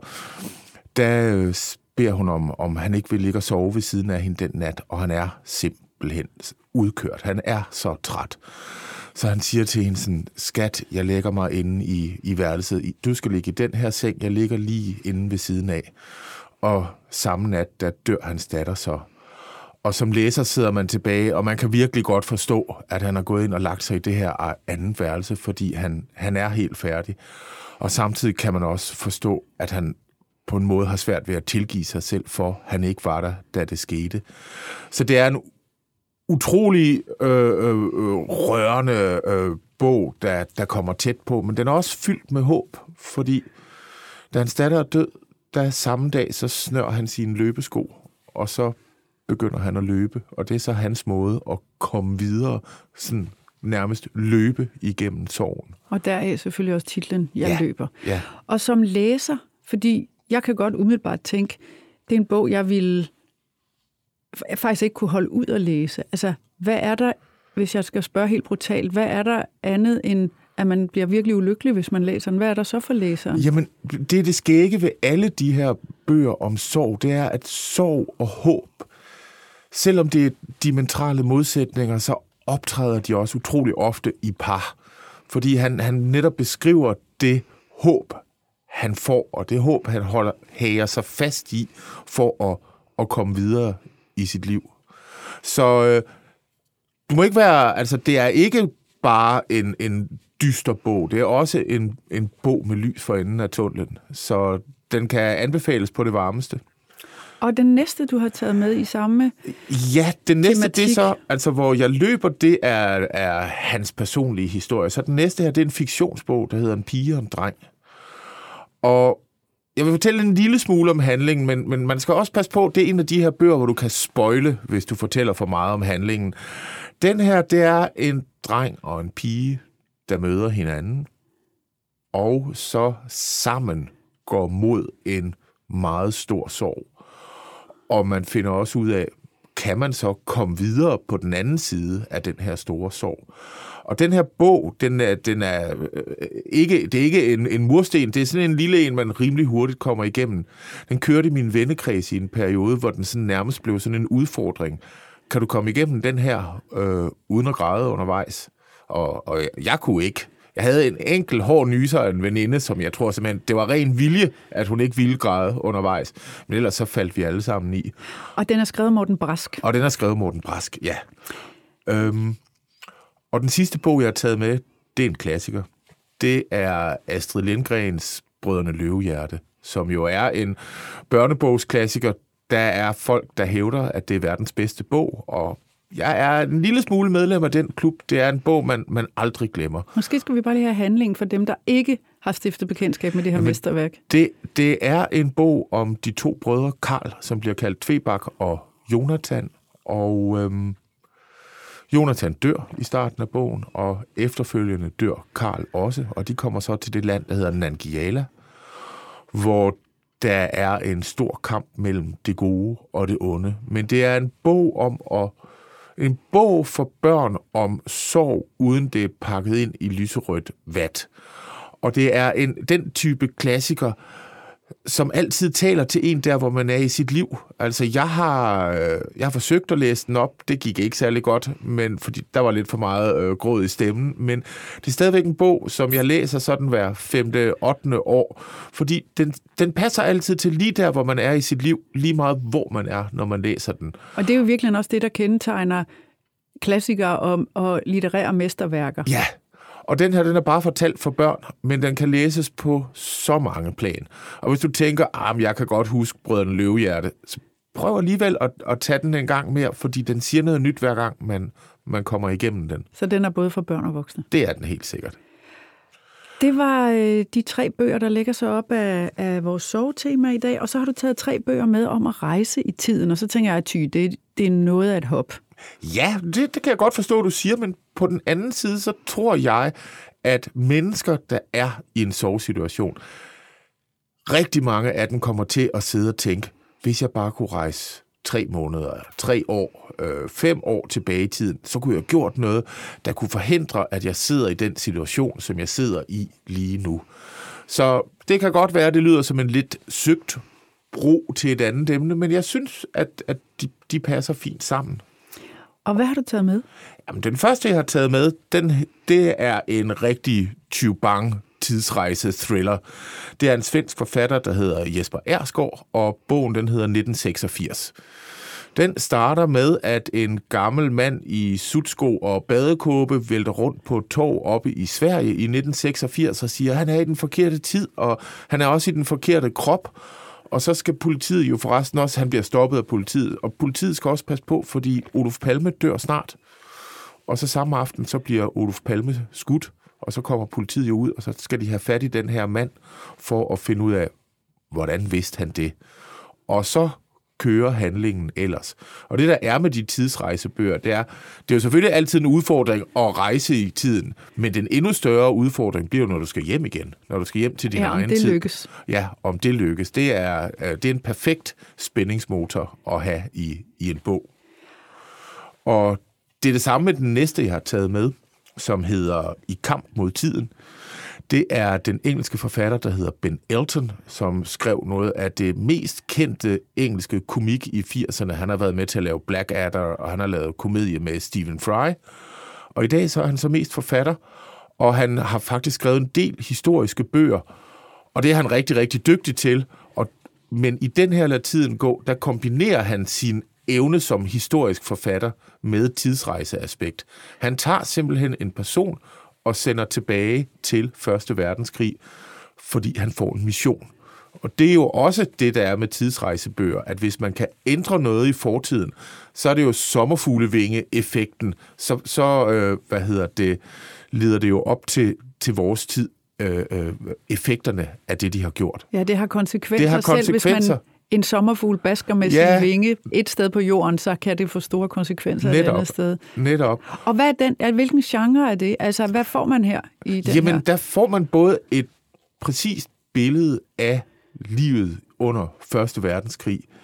der beder hun om, om han ikke vil ligge og sove ved siden af hende den nat, og han er simpelthen udkørt. Han er så træt. Så han siger til hende sådan, skat, jeg lægger mig inde i, i værelset. Du skal ligge i den her seng, jeg ligger lige inde ved siden af. Og samme nat, der dør hans datter så. Og som læser sidder man tilbage, og man kan virkelig godt forstå, at han har gået ind og lagt sig i det her andet værelse, fordi han, han er helt færdig. Og samtidig kan man også forstå, at han på en måde har svært ved at tilgive sig selv for, at han ikke var der, da det skete. Så det er en utrolig øh, øh, rørende øh, bog, der, der kommer tæt på, men den er også fyldt med håb, fordi da hans datter er død, der samme dag, så snør han sine løbesko, og så begynder han at løbe, og det er så hans måde at komme videre, sådan nærmest løbe igennem sorgen. Og der er selvfølgelig også titlen, Jeg ja, løber. Ja. Og som læser, fordi jeg kan godt umiddelbart tænke, det er en bog, jeg ville faktisk ikke kunne holde ud at læse. Altså, hvad er der, hvis jeg skal spørge helt brutalt, hvad er der andet end, at man bliver virkelig ulykkelig, hvis man læser den? Hvad er der så for læseren? Jamen, det er det skægge ved alle de her bøger om sorg, det er, at sorg og håb, selvom det er diametrale modsætninger, så optræder de også utrolig ofte i par. Fordi han, han netop beskriver det håb, han får, og det håb, han holder, hager sig fast i, for at, at komme videre i sit liv. Så øh, du må ikke være, altså det er ikke bare en, en dyster bog, det er også en, en bog med lys for enden af tunnelen. Så den kan anbefales på det varmeste. Og den næste, du har taget med i samme Ja, den næste, tematik. Det er så, altså hvor jeg løber, det er, er hans personlige historie. Så den næste her, det er en fiktionsbog, der hedder En pige og en dreng. Og jeg vil fortælle en lille smule om handlingen, men, men man skal også passe på, det er en af de her bøger, hvor du kan spoile, hvis du fortæller for meget om handlingen. Den her, det er en dreng og en pige, der møder hinanden, og så sammen går mod en meget stor sorg. Og man finder også ud af, kan man så komme videre på den anden side af den her store sorg. Og den her bog, den er, den er øh, ikke, det er ikke en, en mursten, det er sådan en lille en, man rimelig hurtigt kommer igennem. Den kørte i min vennekreds i en periode, hvor den sådan nærmest blev sådan en udfordring. Kan du komme igennem den her øh, uden at græde undervejs? Og, og jeg kunne ikke. Jeg havde en enkelt hård nyser af en veninde, som jeg tror simpelthen, det var ren vilje, at hun ikke ville græde undervejs. Men ellers så faldt vi alle sammen i. Og den er skrevet Morten Brask. Og den er skrevet Morten Brask, ja. Øhm, og den sidste bog, jeg har taget med, det er en klassiker. Det er Astrid Lindgrens Brødrene Løvehjerte, som jo er en børnebogsklassiker. Der er folk, der hævder, at det er verdens bedste bog, og jeg er en lille smule medlem af den klub. Det er en bog, man, man aldrig glemmer. Måske skal vi bare lige have handling for dem, der ikke har stiftet bekendtskab med det her Jamen, mesterværk. Det, det er en bog om de to brødre, Karl, som bliver kaldt Tvebak, og Jonathan. Og øhm, Jonathan dør i starten af bogen, og efterfølgende dør Karl også. Og de kommer så til det land, der hedder Nangiala, hvor der er en stor kamp mellem det gode og det onde. Men det er en bog om at En bog for børn om sorg, uden det er pakket ind i lyserødt vat. Og det er en, den type klassiker, som altid taler til en der, hvor man er i sit liv. Altså, jeg har, jeg har forsøgt at læse den op. Det gik ikke særlig godt, men fordi der var lidt for meget øh, gråd i stemmen. Men det er stadigvæk en bog, som jeg læser sådan hver femte, ottende år. Fordi den, den passer altid til lige der, hvor man er i sit liv. Lige meget, hvor man er, når man læser den. Og det er jo virkelig også det, der kendetegner klassikere og, og litterære mesterværker. Ja. Og den her, den er bare fortalt for børn, men den kan læses på så mange plan. Og hvis du tænker, ah, jeg kan godt huske Brødrene Løvehjerte, så prøv alligevel at, at tage den en gang mere, fordi den siger noget nyt hver gang, man, man kommer igennem den. Så den er både for børn og voksne? Det er den helt sikkert. Det var øh, de tre bøger, der lægger sig op af, af vores sovetema i dag, og så har du taget tre bøger med om at rejse i tiden, og så tænker jeg, at ty, det, det er noget af et hop. Ja, det, det kan jeg godt forstå, du siger, men på den anden side, så tror jeg, at mennesker, der er i en sorgsituation, rigtig mange af dem kommer til at sidde og tænke, hvis jeg bare kunne rejse tre måneder, tre år, øh, fem år tilbage i tiden, så kunne jeg have gjort noget, der kunne forhindre, at jeg sidder i den situation, som jeg sidder i lige nu. Så det kan godt være, at det lyder som en lidt søgt bro til et andet emne, men jeg synes, at, at de, de passer fint sammen. Og hvad har du taget med? Jamen, den første, jeg har taget med, den, det er en rigtig tyvbang tidsrejse-thriller. Det er en svensk forfatter, der hedder Jesper Ersgaard, og bogen den hedder nitten seksogfirs. Den starter med, at en gammel mand i sutsko og badekåbe vælter rundt på et torv oppe i Sverige i nitten seksogfirs og siger, at han er i den forkerte tid, og han er også i den forkerte krop. Og så skal politiet jo forresten også, han bliver stoppet af politiet, og politiet skal også passe på, fordi Olof Palme dør snart. Og så samme aften, så bliver Olof Palme skudt, og så kommer politiet jo ud, og så skal de have fat i den her mand, for at finde ud af, hvordan vidste han det. Og så kører handlingen ellers. Og det, der er med de tidsrejsebøger, det er, det er jo selvfølgelig altid en udfordring at rejse i tiden, men den endnu større udfordring bliver jo, når du skal hjem igen. Når du skal hjem til din ja, egen det tid. Lykkes. Ja, om det lykkes. Det er, det er en perfekt spændingsmotor at have i, i en bog. Og det er det samme med den næste, jeg har taget med, som hedder I kamp mod tiden. Det er den engelske forfatter, der hedder Ben Elton, som skrev noget af det mest kendte engelske komik i firserne. Han har været med til at lave Blackadder, og han har lavet komedie med Stephen Fry. Og i dag så er han så mest forfatter, og han har faktisk skrevet en del historiske bøger, og det er han rigtig, rigtig dygtig til. Og, men i den her lad tiden gå, der kombinerer han sin evne som historisk forfatter med tidsrejseaspekt. Han tager simpelthen en person og sender tilbage til Første Verdenskrig, fordi han får en mission. Og det er jo også det, der er med tidsrejsebøger, at hvis man kan ændre noget i fortiden, så er det jo sommerfuglevinge-effekten. Så, så øh, hvad hedder det, leder det jo op til, til vores tid, øh, øh, effekterne af det, de har gjort. Ja, det har konsekvenser, det har konsekvenser. Selv hvis man en sommerfugl basker med ja. sin vinge et sted på jorden, så kan det få store konsekvenser et andet sted. Netop. Og hvad er den, hvilken genre er det? Altså, hvad får man her i den Jamen, her? der får man både et præcist billede af livet under Første Verdenskrig,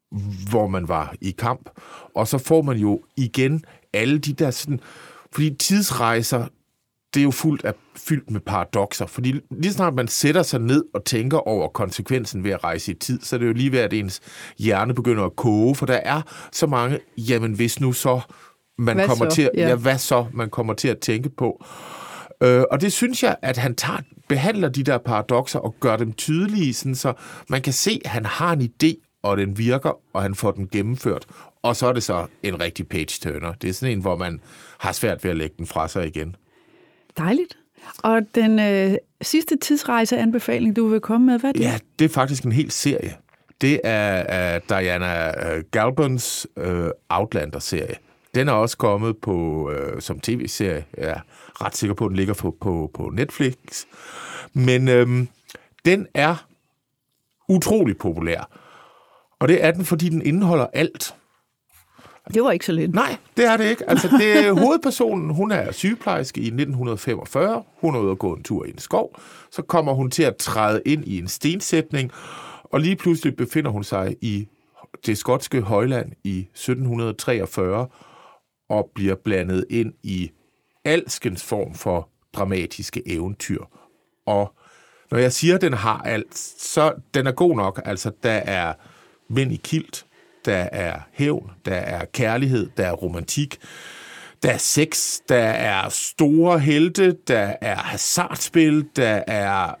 hvor man var i kamp. Og så får man jo igen alle de der sådan... Fordi tidsrejser, det er jo fuldt af, fyldt med paradokser. Fordi lige snart man sætter sig ned og tænker over konsekvensen ved at rejse i tid, så er det jo lige ved, at ens hjerne begynder at koge, for der er så mange, jamen hvis nu så man hvad kommer så? til, ja. ja, hvad så man kommer til at tænke på. Øh, og det synes jeg, at han tager, behandler de der paradokser og gør dem tydelige, sådan så man kan se, at han har en idé, og den virker, og han får den gennemført. Og så er det så en rigtig page-turner. Det er sådan en, hvor man har svært ved at lægge den fra sig igen. Dejligt. Og den øh, sidste tidsrejseanbefaling, du vil komme med, hvad er det? Ja, det er faktisk en hel serie. Det er uh, Diana Gabaldons uh, Outlander-serie. Den er også kommet på uh, som tv-serie. Jeg er ret sikker på, at den ligger på, på, på Netflix. Men øhm, den er utrolig populær. Og det er den, fordi den indeholder alt. Det var ikke så lidt. Nej, det er det ikke. Altså, det er hovedpersonen, hun er sygeplejerske i nitten femogfyrre. Hun er ude og gå en tur i en skov. Så kommer hun til at træde ind i en stensætning, og lige pludselig befinder hun sig i det skotske højland i sytten treogfyrre og bliver blandet ind i alskens form for dramatiske eventyr. Og når jeg siger, at den har alt, så den er god nok. Altså, der er mænd i kilt, der er hævn, der er kærlighed, der er romantik, der er sex, der er store helte, der er hasardspil, der er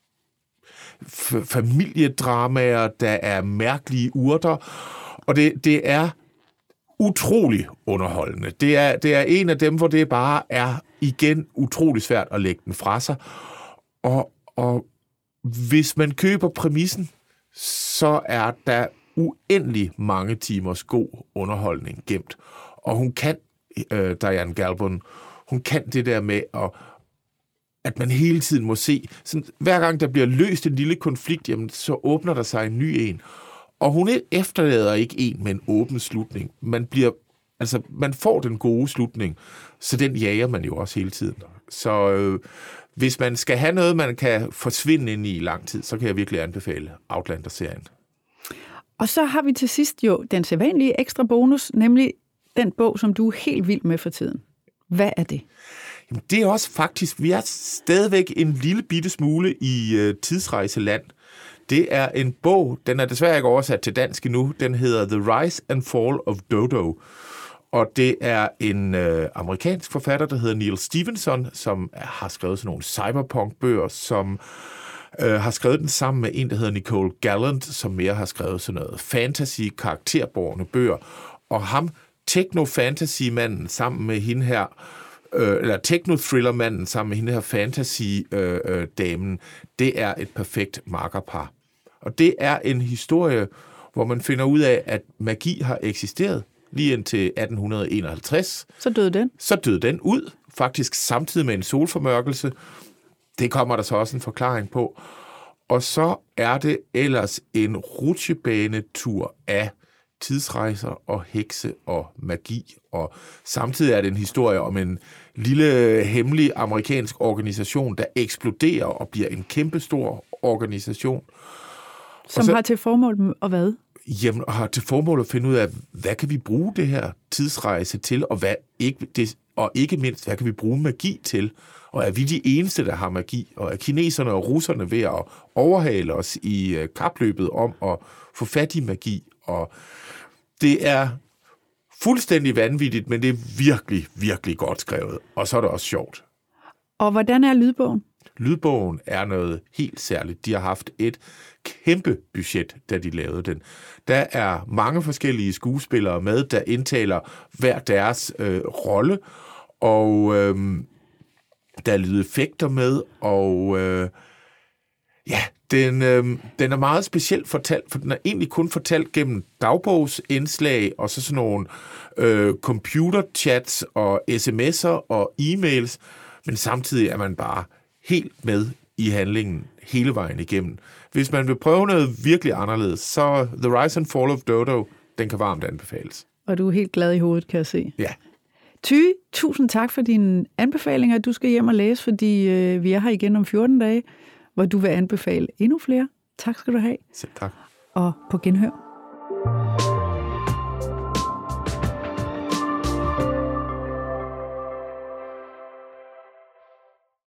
f- familiedramaer, der er mærkelige urter, og det, det er utrolig underholdende. Det er, det er en af dem, hvor det bare er igen utrolig svært at lægge den fra sig, og, og hvis man køber præmissen, så er der uendelig mange timers god underholdning gemt. Og hun kan, øh, Diana Gabaldon, hun kan det der med, at, at man hele tiden må se, sådan, hver gang der bliver løst en lille konflikt, jamen, så åbner der sig en ny en. Og hun efterlader ikke en med en åben slutning. Man bliver, altså, man får den gode slutning, så den jager man jo også hele tiden. Så øh, hvis man skal have noget, man kan forsvinde ind i i lang tid, så kan jeg virkelig anbefale Outlander-serien. Og så har vi til sidst jo den sædvanlige ekstra bonus, nemlig den bog, som du er helt vild med for tiden. Hvad er det? Jamen, det er også faktisk, vi er stadigvæk en lille bitte smule i øh, tidsrejseland. Det er en bog, den er desværre ikke oversat til dansk endnu, den hedder The Rise and Fall of Dodo. Og det er en øh, amerikansk forfatter, der hedder Neal Stephenson, som har skrevet sådan nogle cyberpunk-bøger, som øh, har skrevet den sammen med en, der hedder Nicole Gallant, som mere har skrevet sådan noget fantasy-karakterbårne bøger. Og ham, techno-fantasy-manden, sammen med hende her, øh, eller techno-thriller-manden, sammen med hende her fantasy-damen, øh, øh, det er et perfekt makkerpar. Og det er en historie, hvor man finder ud af, at magi har eksisteret lige indtil atten enoghalvtreds. Så døde den? Så døde den ud, faktisk samtidig med en solformørkelse. Det kommer der så også en forklaring på. Og så er det ellers en rutsjebanetur af tidsrejser og hekse og magi. Og samtidig er det en historie om en lille hemmelig amerikansk organisation, der eksploderer og bliver en kæmpestor organisation. Som så, har til formål at hvad? Jamen, har til formål at finde ud af, hvad kan vi bruge det her tidsrejse til, og, hvad ikke, det, og ikke mindst, hvad kan vi bruge magi til? Og er vi de eneste, der har magi? Og er kineserne og russerne ved at overhale os i uh, kapløbet om at få fat i magi? Og det er fuldstændig vanvittigt, men det er virkelig, virkelig godt skrevet. Og så er det også sjovt. Og hvordan er lydbogen? Lydbogen er noget helt særligt. De har haft et kæmpe budget, da de lavede den. Der er mange forskellige skuespillere med, der indtaler hver deres øh, rolle, og øh, der er lydeffekter med, og øh, ja, den, øh, den er meget specielt fortalt, for den er egentlig kun fortalt gennem dagbogsindslag, og så sådan nogle øh, computerchats og sms'er og e-mails, men samtidig er man bare helt med i handlingen hele vejen igennem. Hvis man vil prøve noget virkelig anderledes, så The Rise and Fall of Dodo, den kan varmt anbefales. Og du er helt glad i hovedet, kan jeg se. Ja. Ty, tusind tak for dine anbefalinger. Du skal hjem og læse, fordi øh, vi er her igen om fjorten dage, hvor du vil anbefale endnu flere. Tak skal du have. Selv tak. Og på genhør.